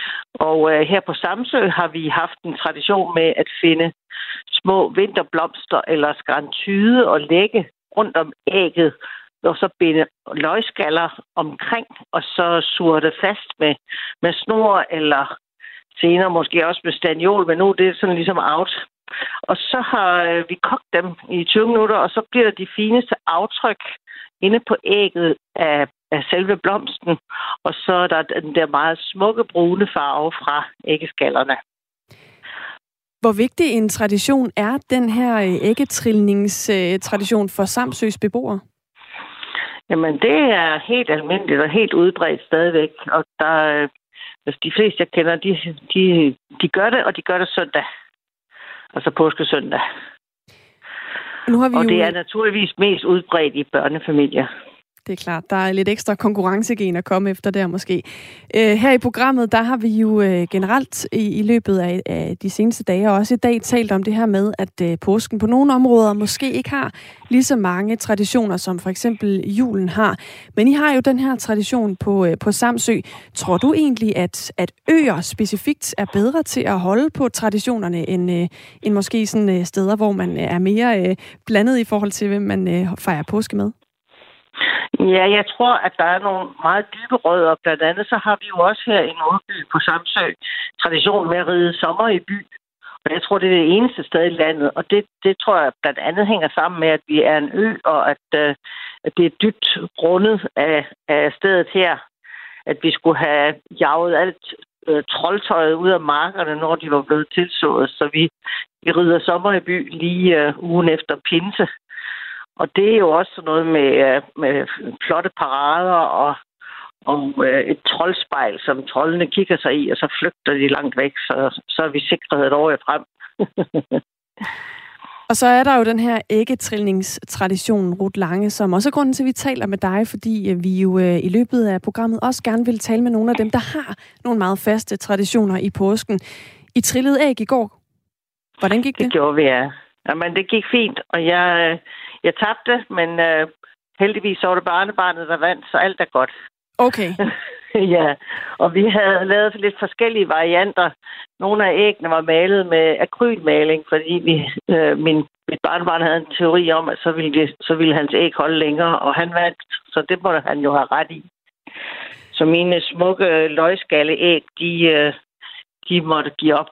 Og øh, her på Samsø har vi haft en tradition med at finde små vinterblomster eller skrantyde og lægge rundt om ægget, og så binde løgskaller omkring, og så surre det fast med, med snor, eller senere måske også med staniol, men nu er det sådan ligesom out. Og så har øh, vi kogt dem i tyve minutter, og så bliver de fineste aftryk inde på ægget af, af selve blomsten. Og så er der den der meget smukke brune farve fra æggeskallerne. Hvor vigtig en tradition er den her æggetrilningstradition for Samsøs beboere? Jamen, det er helt almindeligt og helt udbredt stadigvæk. Og der, altså, de fleste, jeg kender, de, de, de gør det, og de gør det søndag. Altså påskesøndag. Nu har vi og jo... det er naturligvis mest udbredt i børnefamilier. Det er klart, der er lidt ekstra konkurrencegen at komme efter der måske. Øh, her i programmet, der har vi jo øh, generelt i, i løbet af, af de seneste dage, og også i dag, talt om det her med, at øh, påsken på nogle områder måske ikke har lige så mange traditioner, som for eksempel julen har. Men I har jo den her tradition på, øh, på Samsø. Tror du egentlig, at, at øer specifikt er bedre til at holde på traditionerne, end, øh, end måske sådan øh, steder, hvor man er mere øh, blandet i forhold til, hvem man øh, fejrer påske med? Ja, jeg tror, at der er nogle meget dybe rødder. Blandt andet så har vi jo også her i Nordby på Samsø tradition med at ride sommer i by. Og jeg tror, det er det eneste sted i landet. Og det, det tror jeg blandt andet hænger sammen med, at vi er en ø, og at, uh, at det er dybt rundet af, af stedet her. At vi skulle have jaget alt uh, troldtøjet ud af markerne, når de var blevet tilsået. Så vi, vi rider sommer i by lige uh, ugen efter pinse. Og det er jo også noget med, med flotte parader og, og et troldspejl, som troldene kigger sig i, og så flygter de langt væk, så, så er vi sikret et år frem. Og så er der jo den her æggetrilningstradition, Ruth Lange, som også er grunden til, at vi taler med dig, fordi vi jo i løbet af programmet også gerne vil tale med nogle af dem, der har nogle meget faste traditioner i påsken. I trillede æg i går. Hvordan gik det? Det gjorde vi, ja. Jamen, det gik fint, og jeg... Jeg tabte, men øh, heldigvis så var det barnebarnet, der vandt, så alt er godt. Okay. Ja, og vi havde lavet lidt forskellige varianter. Nogle af æggene var malet med akrylmaling, fordi vi, øh, min, mit barnebarn havde en teori om, at så ville, det, så ville hans æg holde længere, og han vandt, så det måtte han jo have ret i. Så mine smukke løgskalleæg, de, øh, de måtte give op.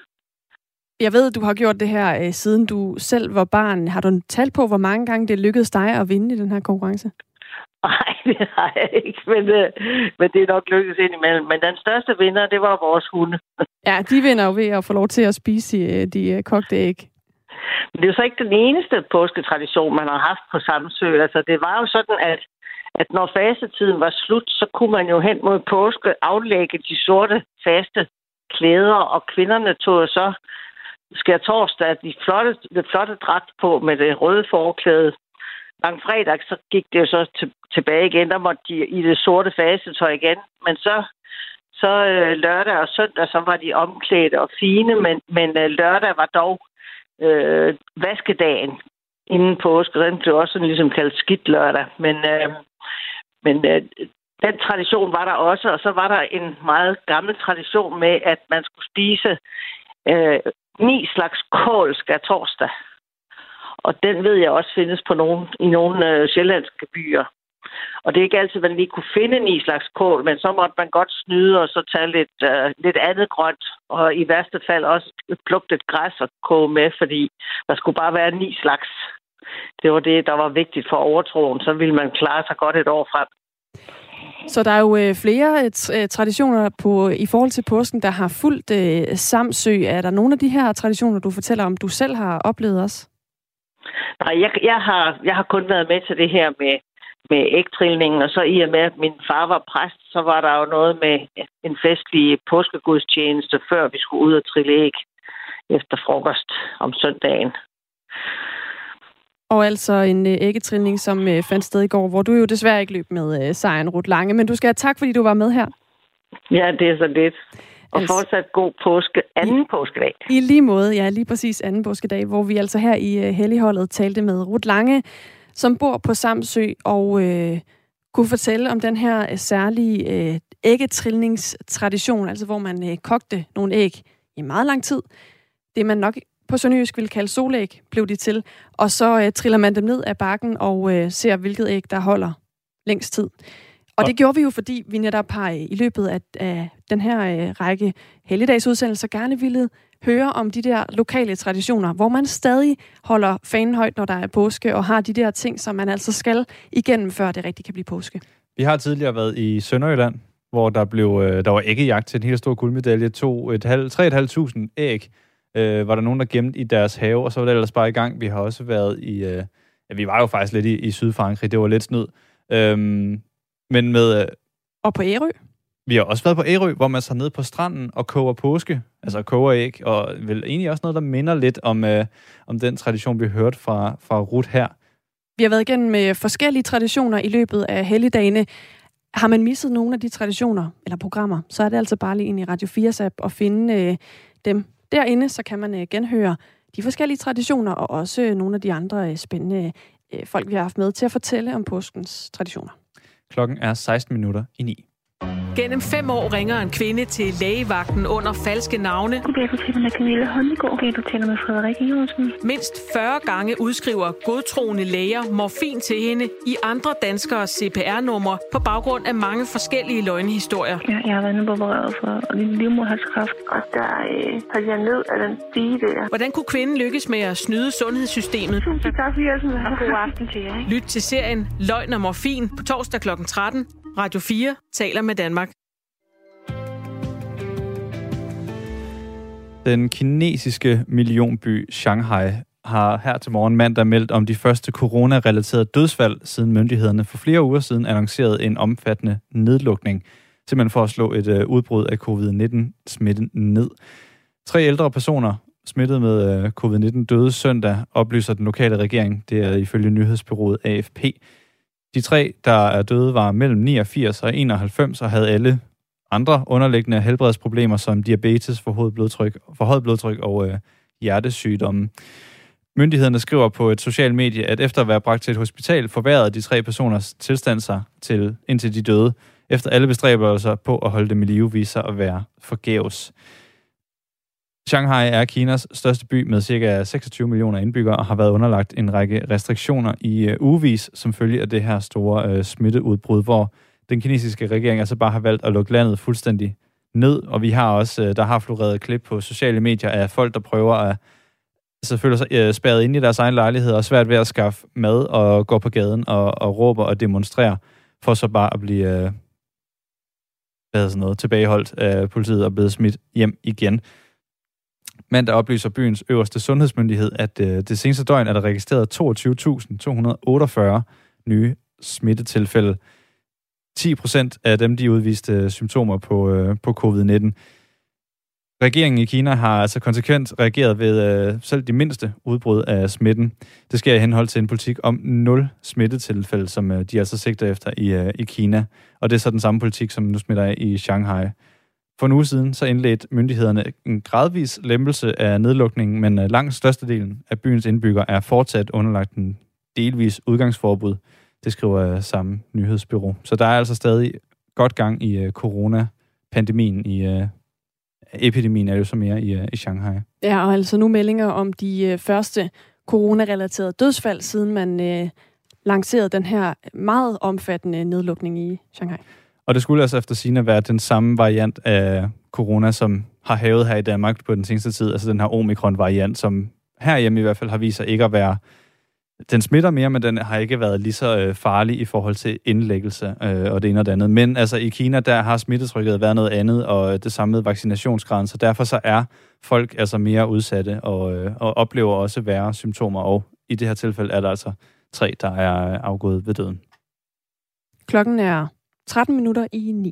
Jeg ved, du har gjort det her, øh, siden du selv var barn. Har du talt på, hvor mange gange det lykkedes dig at vinde i den her konkurrence? Nej, det har jeg ikke, men, øh, men det er nok lykkedes indimellem. Men den største vinder, det var vores hunde. Ja, de vinder jo ved at få lov til at spise øh, de øh, kogte æg. Men det er jo så ikke den eneste påsketradition, man har haft på Samsø. Altså, det var jo sådan, at, at når fastetiden var slut, så kunne man jo hen mod påske aflægge de sorte faste klæder, og kvinderne tog så skærtorsdag de flotte, det flotte dragt på med det røde forklæde. Langfredag, så gik det jo så til, tilbage igen, der måtte de i det sorte fasetøj igen. Men så, så øh, lørdag og søndag, så var de omklædte og fine, men, men øh, lørdag var dog øh, vaskedagen inden påske. Den blev også sådan ligesom kaldt skidt lørdag. Men, øh, men øh, den tradition var der også, og så var der en meget gammel tradition med, at man skulle spise øh, ni slags kål skærtorsdag. Og den ved jeg også findes på nogle, i nogle øh, sjællandske byer. Og det er ikke altid, man lige kunne finde ni slags kål, men så måtte man godt snyde og så tage lidt, øh, lidt andet grønt. Og i værste fald også plukke lidt græs og koge med, fordi der skulle bare være ni slags. Det var det, der var vigtigt for overtroen. Så ville man klare sig godt et år frem. Så der er jo øh, flere øh, traditioner på, i forhold til påsken, der har fulgt øh, Samsø. Er der nogle af de her traditioner, du fortæller om, du selv har oplevet også? Nej, jeg, jeg, har, jeg har kun været med til det her med, med ægtrillningen, og så i og med, at min far var præst, så var der jo noget med en festlig påskegudstjeneste, før vi skulle ud og trille æg efter frokost om søndagen. Og altså en øh, æggetrilling, som øh, fandt sted i går, hvor du jo desværre ikke løb med øh, sejren, Ruth Lange, men du skal have tak, fordi du var med her. Ja, det er så lidt. Og altså, fortsat god påske, anden påskedag. I lige måde, ja, lige præcis anden påskedag, hvor vi altså her i uh, Helligholdet talte med Ruth Lange, som bor på Samsø, og uh, kunne fortælle om den her uh, særlige uh, æggetrilningstradition, altså hvor man uh, kogte nogle æg i meget lang tid. Det man nok på sønderjysk ville kalde solæg, blev de til. Og så uh, triller man dem ned af bakken og uh, ser, hvilket æg, der holder længst tid. Og det gjorde vi jo, fordi vi netop har i løbet af, af den her øh, række helligdagsudsendelser gerne ville høre om de der lokale traditioner, hvor man stadig holder fanen højt, når der er påske, og har de der ting, som man altså skal igennem, før det rigtig kan blive påske. Vi har tidligere været i Sønderjylland, hvor der blev øh, der var æggejagt til en helt stor guldmedalje. To et halv, tre et halvt tusind æg øh, var der nogen, der gemte i deres have, og så var det ellers bare i gang. Vi har også været i... Øh, ja, vi var jo faktisk lidt i, i Sydfrankrig. Det var lidt snyd. Øhm, Men med... Og på Ærø? Vi har også været på Ærø, hvor man tager ned på stranden og koger påske, altså koger æg, og vel egentlig også noget, der minder lidt om, øh, om den tradition, vi hørte fra, fra Ruth her. Vi har været igennem med forskellige traditioner i løbet af helligdagene. Har man misset nogle af de traditioner eller programmer, så er det altså bare lige ind i Radio fires app og finde øh, dem derinde, så kan man øh, genhøre de forskellige traditioner, og også øh, nogle af de andre øh, spændende øh, folk, vi har haft med til at fortælle om påskens traditioner. Klokken er seksten minutter i ni. Gennem fem år ringer en kvinde til lægevagten under falske navne. Goddag, du taler med Camilla Håndegård. Goddag, du taler med Frederik Jørgensen. Mindst fyrre gange udskriver godtroende læger morfin til hende i andre danskere C P R-numre på baggrund af mange forskellige løgnehistorier. Ja, jeg har været inde opereret for livmoderhalskræft, og der øh, faldt jeg ned af den stige der. Hvordan kunne kvinden lykkes med at snyde sundhedssystemet? Tusind tak for hjælpen, og god aften til jer. Lyt til serien Løgn og morfin på torsdag klokken tretten. Radio fire taler med Danmark. Den kinesiske millionby Shanghai har her til morgen mandag meldt om de første corona-relaterede dødsfald, siden myndighederne for flere uger siden annoncerede en omfattende nedlukning, simpelthen for at slå et uh, udbrud af covid nitten-smitten ned. Tre ældre personer smittet med uh, covid nitten døde søndag, oplyser den lokale regering. Det er ifølge nyhedsbureauet A F P. De tre, der er døde, var mellem niogfirs og enoghalvfems og havde alle andre underliggende helbredsproblemer som diabetes, forhøjet blodtryk, forhøjet blodtryk og øh, hjertesygdomme. Myndighederne skriver på et socialt medie, at efter at være bragt til et hospital, forværrede de tre personers tilstand sig til, indtil de døde. Efter alle bestræbelser på at holde dem i live, viser at være forgæves. Shanghai er Kinas største by med ca. seksogtyve millioner indbyggere og har været underlagt en række restriktioner i uh, ugevis, som følge af det her store uh, smitteudbrud, hvor den kinesiske regering altså bare har valgt at lukke landet fuldstændig ned. Og vi har også, uh, der har floreret klip på sociale medier af folk, der prøver at altså, føler sig uh, spærret inde i deres egen lejlighed og svært ved at skaffe mad og gå på gaden og, og råber og demonstrere, for så bare at blive uh, hvad sådan noget, tilbageholdt af politiet og blevet smidt hjem igen. Mandag oplyser byens øverste sundhedsmyndighed, at øh, det seneste døgn er der registreret toogtyve tusind to hundrede otteogfyrre nye smittetilfælde. ti procent af dem, de udviste symptomer på, øh, på covid nitten. Regeringen i Kina har altså konsekvent reageret ved øh, selv de mindste udbrud af smitten. Det sker i henhold til en politik om nul smittetilfælde, som øh, de altså sigter efter i, øh, i Kina. Og det er så den samme politik, som nu smitter af i Shanghai. For en uge siden så indledte myndighederne en gradvis lempelse af nedlukningen, men langt størstedelen af byens indbyggere er fortsat underlagt en delvis udgangsforbud. Det skriver samme nyhedsbureau. Så der er altså stadig godt gang i coronapandemien, i uh, epidemien er det jo så mere i, uh, i Shanghai. Ja, og altså nu meldinger om de uh, første coronarelaterede dødsfald, siden man uh, lancerede den her meget omfattende nedlukning i Shanghai. Og det skulle altså efter sigende være den samme variant af corona, som har havet her i Danmark på den seneste tid. Altså den her omikron-variant, som herhjemme i hvert fald har vist sig ikke at være... Den smitter mere, men den har ikke været lige så øh, farlig i forhold til indlæggelse øh, og det ene og det andet. Men altså i Kina, der har smittetrykket været noget andet, og det samme med vaccinationsgraden. Så derfor så er folk altså mere udsatte og, øh, og oplever også værre symptomer. Og i det her tilfælde er der altså tre, der er afgået ved døden. Klokken er tretten minutter i ni.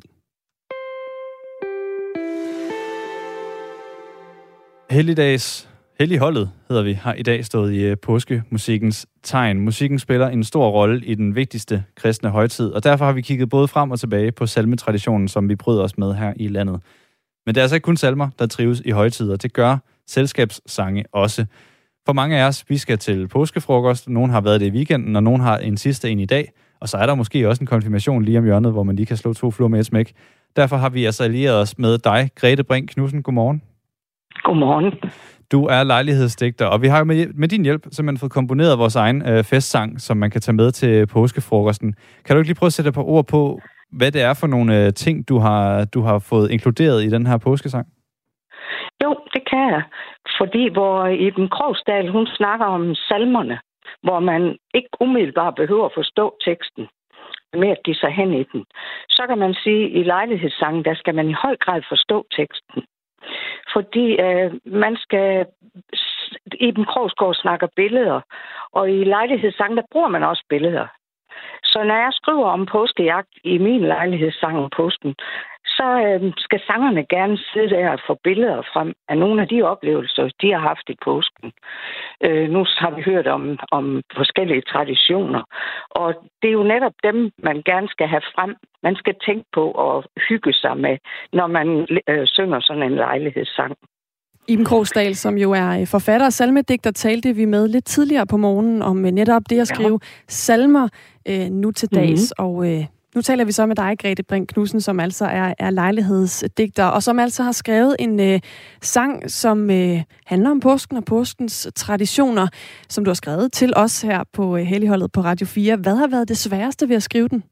Helligdags, Helligholdet hedder vi, har i dag stået i påskemusikkens tegn. Musikken spiller en stor rolle i den vigtigste kristne højtid, og derfor har vi kigget både frem og tilbage på salmetraditionen, som vi bryder os med her i landet. Men det er altså ikke kun salmer, der trives i højtider. Det gør selskabssange også. For mange af os, vi skal til påskefrokost. Nogen har været det i weekenden, og nogen har en sidste en i dag. Og så er der måske også en konfirmation lige om hjørnet, hvor man lige kan slå to fluer med et smæk. Derfor har vi altså allieret os med dig, Grete Brink Knudsen. Godmorgen. Godmorgen. Du er lejlighedsdigter, og vi har jo med, med din hjælp simpelthen fået komponeret vores egen øh, festsang, som man kan tage med til påskefrokosten. Kan du ikke lige prøve at sætte et par ord på, hvad det er for nogle øh, ting, du har, du har fået inkluderet i den her påskesang? Jo, det kan jeg. Fordi hvor Iben Krogsdal, hun snakker om salmerne, hvor man ikke umiddelbart behøver at forstå teksten, med at give sig hen i den. Så kan man sige, at i lejlighedssangen, der skal man i høj grad forstå teksten. Fordi øh, man skal... Iben Krogsgaard snakker billeder, og i lejlighedssangen, der bruger man også billeder. Så når jeg skriver om påskejagt i min lejlighedssang om påsken, så øh, skal sangerne gerne sidde der og få billeder frem af nogle af de oplevelser, de har haft i påsken. Øh, nu har vi hørt om, om forskellige traditioner, og det er jo netop dem, man gerne skal have frem. Man skal tænke på at hygge sig med, når man øh, synger sådan en lejlighedssang. Iben Krogsdal, som jo er forfatter og salmedigter, talte vi med lidt tidligere på morgenen om netop det at skrive ja. salmer øh, nu til dags. Mm-hmm. Og øh, nu taler vi så med dig, Grete Brink Knudsen, som altså er, er lejlighedsdigter, og som altså har skrevet en øh, sang, som øh, handler om påsken og påskens traditioner, som du har skrevet til os her på øh, Helligholdet på Radio fire. Hvad har været det sværeste ved at skrive den?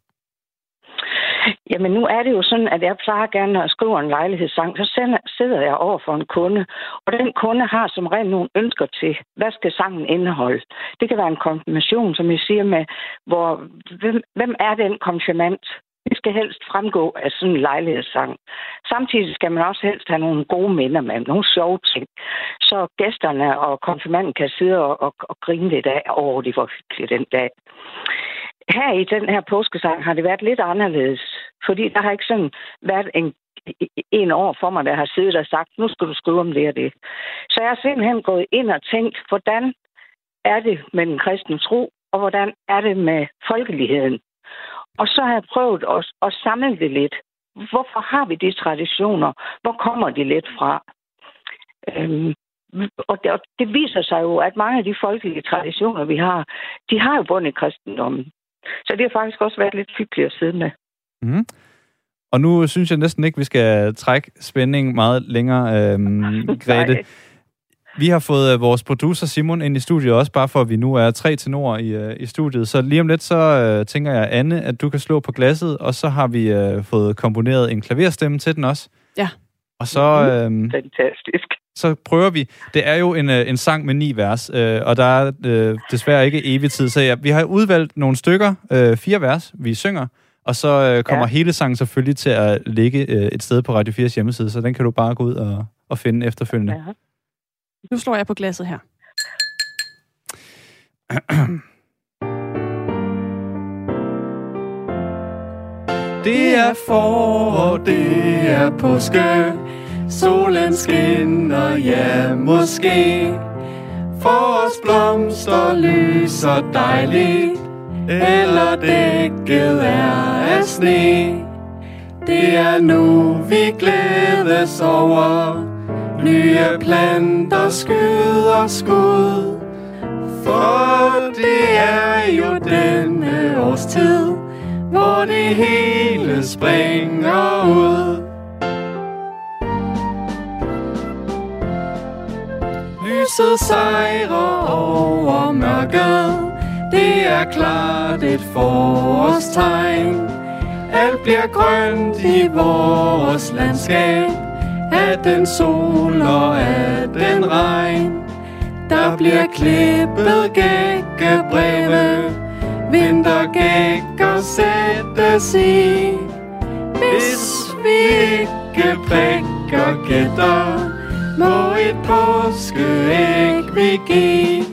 Jamen nu er det jo sådan, at jeg plejer gerne, når jeg skriver en lejlighedssang, så sidder jeg over for en kunde, og den kunde har som regel nogle ønsker til, hvad skal sangen indeholde. Det kan være en konfirmation, som jeg siger med, hvor, hvem, hvem er den konfirmand? Det skal helst fremgå af sådan en lejlighedssang. Samtidig skal man også helst have nogle gode minder med, nogle sjove ting, så gæsterne og konfirmanden kan sidde og, og, og grine lidt af, åh, det var hyggeligt den dag. Her i den her påskesang har det været lidt anderledes, fordi der har ikke sådan været en, en år for mig, der har siddet og sagt, nu skal du skrive om det og det. Så jeg har simpelthen gået ind og tænkt, hvordan er det med den kristne tro, og hvordan er det med folkeligheden? Og så har jeg prøvet at, at samle det lidt. Hvorfor har vi de traditioner? Hvor kommer de lidt fra? Øhm, og det, og det viser sig jo, at mange af de folkelige traditioner, vi har, de har jo bund i kristendommen. Så det har faktisk også været lidt hyggeligt at sidde med. Mm. Og nu synes jeg næsten ikke, vi skal trække spændingen meget længere, øhm, Grete. Vi har fået uh, vores producer Simon ind i studiet også, bare for at vi nu er tre tenorer i, uh, i studiet. Så lige om lidt, så uh, tænker jeg, Anne, at du kan slå på glasset, og så har vi uh, fået komponeret en klaverstemme til den også. Ja. Og så, uh, Fantastisk. Så prøver vi. Det er jo en, uh, en sang med ni vers, uh, og der er uh, desværre ikke evig tid. Så ja, vi har udvalgt nogle stykker, uh, fire vers, vi synger, og så uh, kommer ja. hele sangen selvfølgelig til at ligge uh, et sted på Radio fires hjemmeside, så den kan du bare gå ud og, og finde efterfølgende. Ja. Nu slår jeg på glasset her. Det er forår, det er påske, solen skinner, ja måske. Forårsblomster lyser dejligt, eller dækket er af sne. Det er nu vi glædes over, nye planter skyder skud. For det er jo denne årstid, hvor det hele springer ud. Lyset sejrer over mørket, det er klart et forårstegn. Alt bliver grønt i vores landskab, af den sol og af den regn. Der bliver klippet gækkebreve, vintergækker sættes i. Hvis vi ikke prikker gætter, må et påskeæg vi give.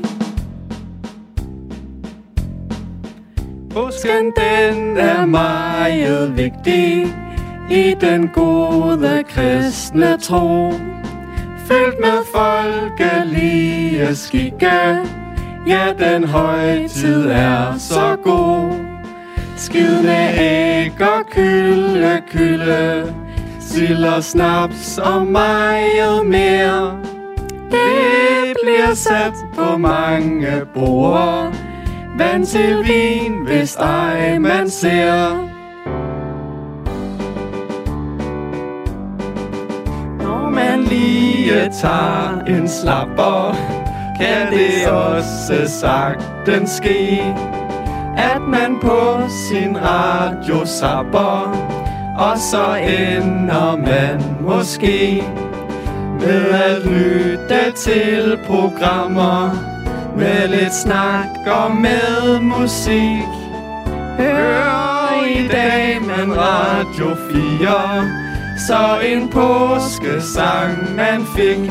Påsken den er meget vigtig i den gode kristne tro. Fyldt med folkelige skikke, ja, den højtid er så god. Skidende æg og kylde, kylde, sild og snaps og meget mere. Det bliver sat på mange borde, vand til vin, hvis ej man ser. Når man lige tager en slapper, kan det også sagtens ske, at man på sin radio zapper, og så ender man måske med at lytte til programmer med lidt snak og med musik. Hør i dag man Radio fire, så en påskesang man fik.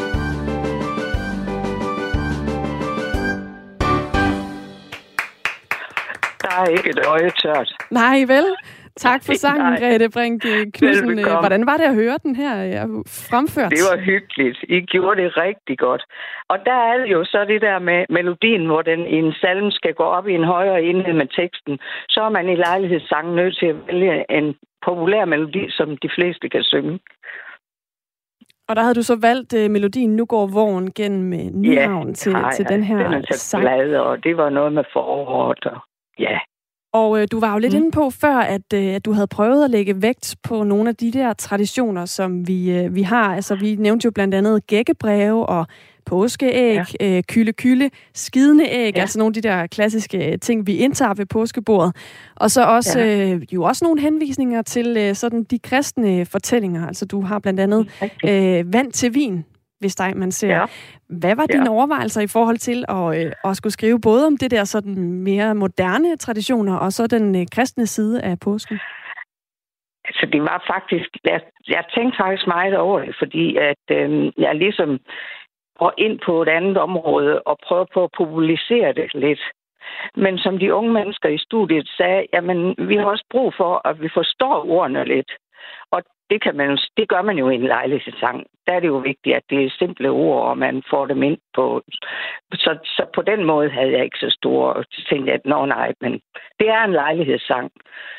Der er ikke et øje tørt. Nej, vel? Tak for sangen, Grete Brink Knudsen. Hvordan var det at høre den her fremført? Det var hyggeligt. I gjorde det rigtig godt. Og der er jo så det der med melodien, hvor den i en salme skal gå op i en højere enhed med teksten. Så er man i lejlighedssangen nødt til at vælge en populær melodi, som de fleste kan synge. Og der havde du så valgt uh, melodien Nu går vognen gennem uh, Nyhavn ja, til, ja, til den her den sang. Glad, og det var noget med foråret. Og, ja. Og øh, du var jo lidt mm. inde på før, at, øh, at du havde prøvet at lægge vægt på nogle af de der traditioner, som vi, øh, vi har. Altså, vi nævnte jo blandt andet gækkebreve og påskeæg, ja. øh, kylde-kylde, skidende æg, ja. Altså nogle af de der klassiske ting, vi indtager ved påskebordet. Og så også ja. øh, jo også nogle henvisninger til øh, sådan de kristne fortællinger. Altså, du har blandt andet øh, vand til vin, hvis der man ser. Ja. Hvad var dine ja. overvejelser i forhold til at, øh, at skulle skrive både om det der sådan mere moderne traditioner, og så den øh, kristne side af påsken? Altså, det var faktisk... Jeg, jeg tænkte faktisk meget over det, fordi at øh, jeg ligesom går ind på et andet område og prøver på at populisere det lidt. Men som de unge mennesker i studiet sagde, jamen, vi har også brug for, at vi forstår ordene lidt. Og det, kan man, det gør man jo i en lejlighedssang. Der er det jo vigtigt, at det er simple ord, og man får dem ind på. Så, så på den måde havde jeg ikke så store ting, at nå nej, men det er en lejlighedssang.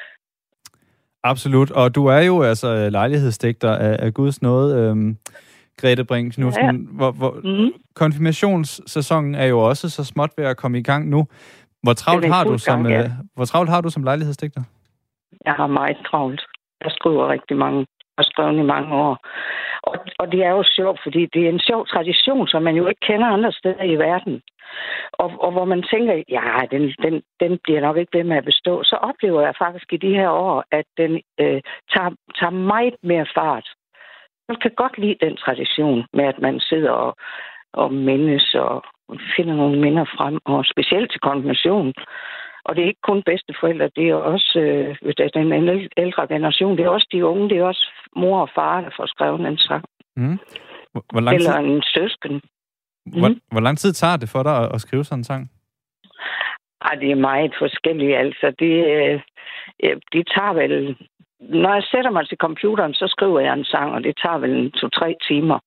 Absolut, og du er jo altså lejlighedsdigter af, af Guds nåde. Øhm, Grete Brink Knudsen. Ja. Hvor, hvor, mm. Konfirmationssæsonen er jo også så småt ved at komme i gang nu. Hvor travlt har du som gang, ja. hvor travlt har du som lejlighedsdigter? Jeg har meget travlt. Jeg skriver rigtig mange. Jeg har skrevet i mange år. Og, og det er jo sjovt, fordi det er en sjov tradition, som man jo ikke kender andre steder i verden. Og, og hvor man tænker, ja, den, den, den bliver nok ikke ved med at bestå. Så oplever jeg faktisk i de her år, at den øh, tager, tager meget mere fart. Man kan godt lide den tradition med, at man sidder og, og mindes og finder nogle minder frem, og specielt til konfirmation. Og det er ikke kun bedsteforældre, det er også øh, den ældre generation, det er også de unge, det er også mor og far, der får skrevet en sang. Mm. Hvor, hvor lang tid... Eller en søsken. Hvor, mm. hvor lang tid tager det for dig at, at skrive sådan en sang? Ej, det er meget forskelligt, altså. Det, øh, det tager vel... Når jeg sætter mig til computeren, så skriver jeg en sang, og det tager vel to-tre timer.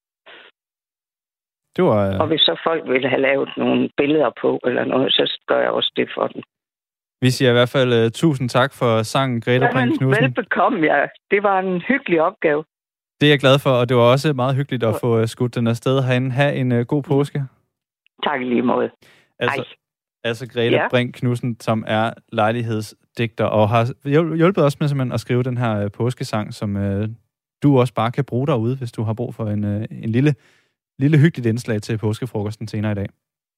Det var, øh... Og hvis så folk vil have lavet nogle billeder på, eller noget, så gør jeg også det for dem. Vi siger i hvert fald uh, tusind tak for sangen, Grete Brink Knudsen. Velbekomme, ja. Det var en hyggelig opgave. Det er jeg glad for, og det var også meget hyggeligt at få uh, skudt den afsted herinde. Ha' en uh, god påske. Tak i lige måde. Altså, altså Grete ja. Brink Knudsen, som er lejlighedsdigter, og har hjulpet os med simpelthen at skrive den her uh, påskesang, som uh, du også bare kan bruge derude, hvis du har brug for en, uh, en lille, lille hyggeligt indslag til påskefrokosten senere i dag.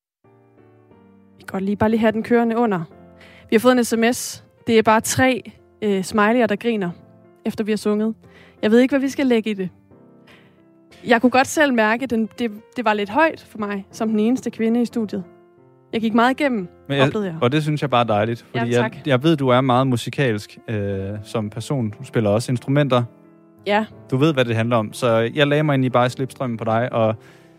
Vi kan godt lige bare lige have den kørende under. Vi har fået en sms. Det er bare tre øh, smiley'er, der griner, efter vi har sunget. Jeg ved ikke, hvad vi skal lægge i det. Jeg kunne godt selv mærke, at det, det, det var lidt højt for mig, som den eneste kvinde i studiet. Jeg gik meget igennem, Men jeg, oplevede jeg. Og det synes jeg bare er dejligt. Fordi ja, jeg, jeg ved, du er meget musikalsk øh, som person. Du spiller også instrumenter. Ja. Du ved, hvad det handler om. Så jeg lagde mig ind i bare slipstrømmen på dig, og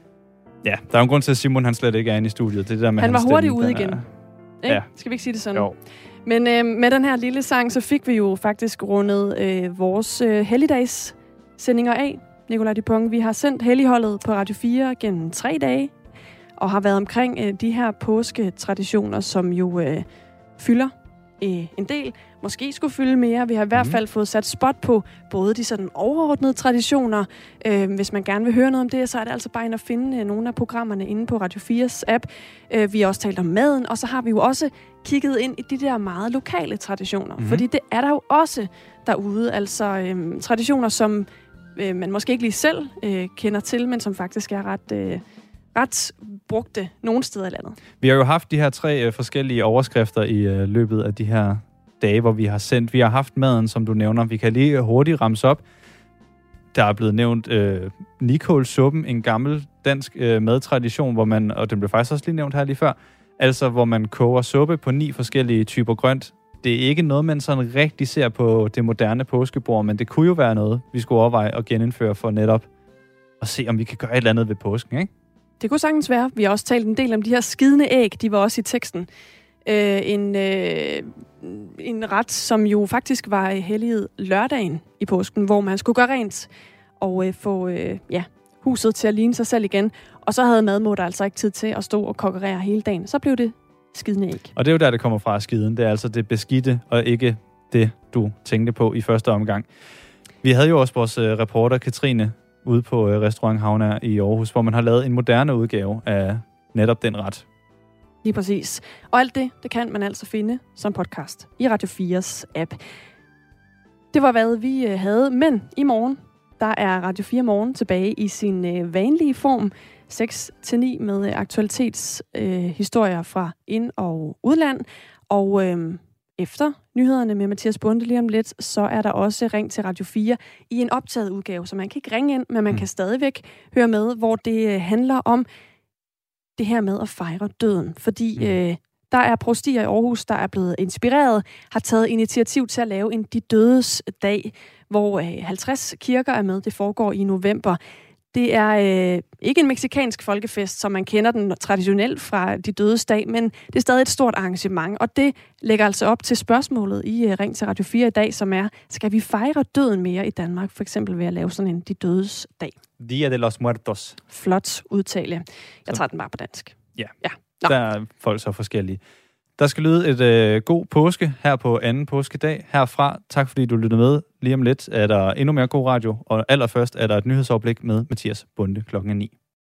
ja, der er en grund til, at Simon han slet ikke er inde i studiet. Det der med han var hurtigt stemme, ude igen. Er... Ikke? Ja. Skal vi ikke sige det sådan? Jo. Men øh, med den her lille sang, så fik vi jo faktisk rundet øh, vores øh, helligdagssendinger af. Nicolai Dupont, vi har sendt Helligholdet på Radio fire gennem tre dage, og har været omkring øh, de her påsketraditioner, som jo øh, fylder øh, en del. Måske skulle fylde mere. Vi har i hvert fald fået sat spot på både de sådan overordnede traditioner. Øh, hvis man gerne vil høre noget om det, så er det altså bare ind at finde øh, nogle af programmerne inde på Radio fires app. Øh, vi har også talt om maden, og så har vi jo også kigget ind i de der meget lokale traditioner. Mm-hmm. Fordi det er der jo også derude. Altså øh, traditioner, som øh, man måske ikke lige selv øh, kender til, men som faktisk er ret... Øh, ret brugte nogle steder i landet. Vi har jo haft de her tre øh, forskellige overskrifter i øh, løbet af de her dage, hvor vi har sendt. Vi har haft maden, som du nævner. Vi kan lige hurtigt ramse op. Der er blevet nævnt øh, nikålsuppen, en gammel dansk øh, madtradition, hvor man, og den blev faktisk også lige nævnt her lige før, altså hvor man koger suppe på ni forskellige typer grønt. Det er ikke noget, man sådan rigtig ser på det moderne påskebord, men det kunne jo være noget, vi skulle overveje at genindføre for netop at se, om vi kan gøre et eller andet ved påsken, ikke? Det kunne sagtens være. Vi har også talt en del om de her skidende æg. De var også i teksten. Øh, en, øh, en ret, som jo faktisk var helliget lørdagen i påsken, hvor man skulle gøre rent og øh, få øh, ja, huset til at ligne sig selv igen. Og så havde madmutter altså ikke tid til at stå og kokkerere hele dagen. Så blev det skidende æg. Og det er jo der, det kommer fra skiden. Det er altså det beskidte, og ikke det, du tænkte på i første omgang. Vi havde jo også vores øh, reporter, Katrine, ude på øh, Restaurant Havnær i Aarhus, hvor man har lavet en moderne udgave af netop den ret. Lige præcis. Og alt det, det kan man altså finde som podcast i Radio fires app. Det var, hvad vi øh, havde, men i morgen, der er Radio fire Morgen tilbage i sin øh, vanlige form, seks til ni med øh, aktualitetshistorier øh, fra ind- og udland. Og øh, efter nyhederne med Mathias Bunde lige om lidt, så er der også Ring til Radio fire i en optaget udgave, så man kan ikke ringe ind, men man mm. kan stadigvæk høre med, hvor det handler om det her med at fejre døden. Fordi mm. øh, der er provstier i Aarhus, der er blevet inspireret, har taget initiativ til at lave en De Dødes Dag, hvor øh, halvtreds kirker er med. Det foregår i november. Det er øh, ikke en meksikansk folkefest, som man kender den traditionelt fra De Dødes Dag, men det er stadig et stort arrangement, og det lægger altså op til spørgsmålet i uh, Ring til Radio fire i dag, som er, skal vi fejre døden mere i Danmark, for eksempel ved at lave sådan en De Dødes Dag? Dia de los Muertos. Flot udtale. Jeg tager den bare på dansk. Ja, ja. Der er folk så forskellige. Der skal lyde et øh, god påske her på anden påskedag. Herfra, tak fordi du lyttede med. Lige om lidt er der endnu mere god radio, og allerførst er der et nyhedsoverblik med Mathias Bunde klokken ni.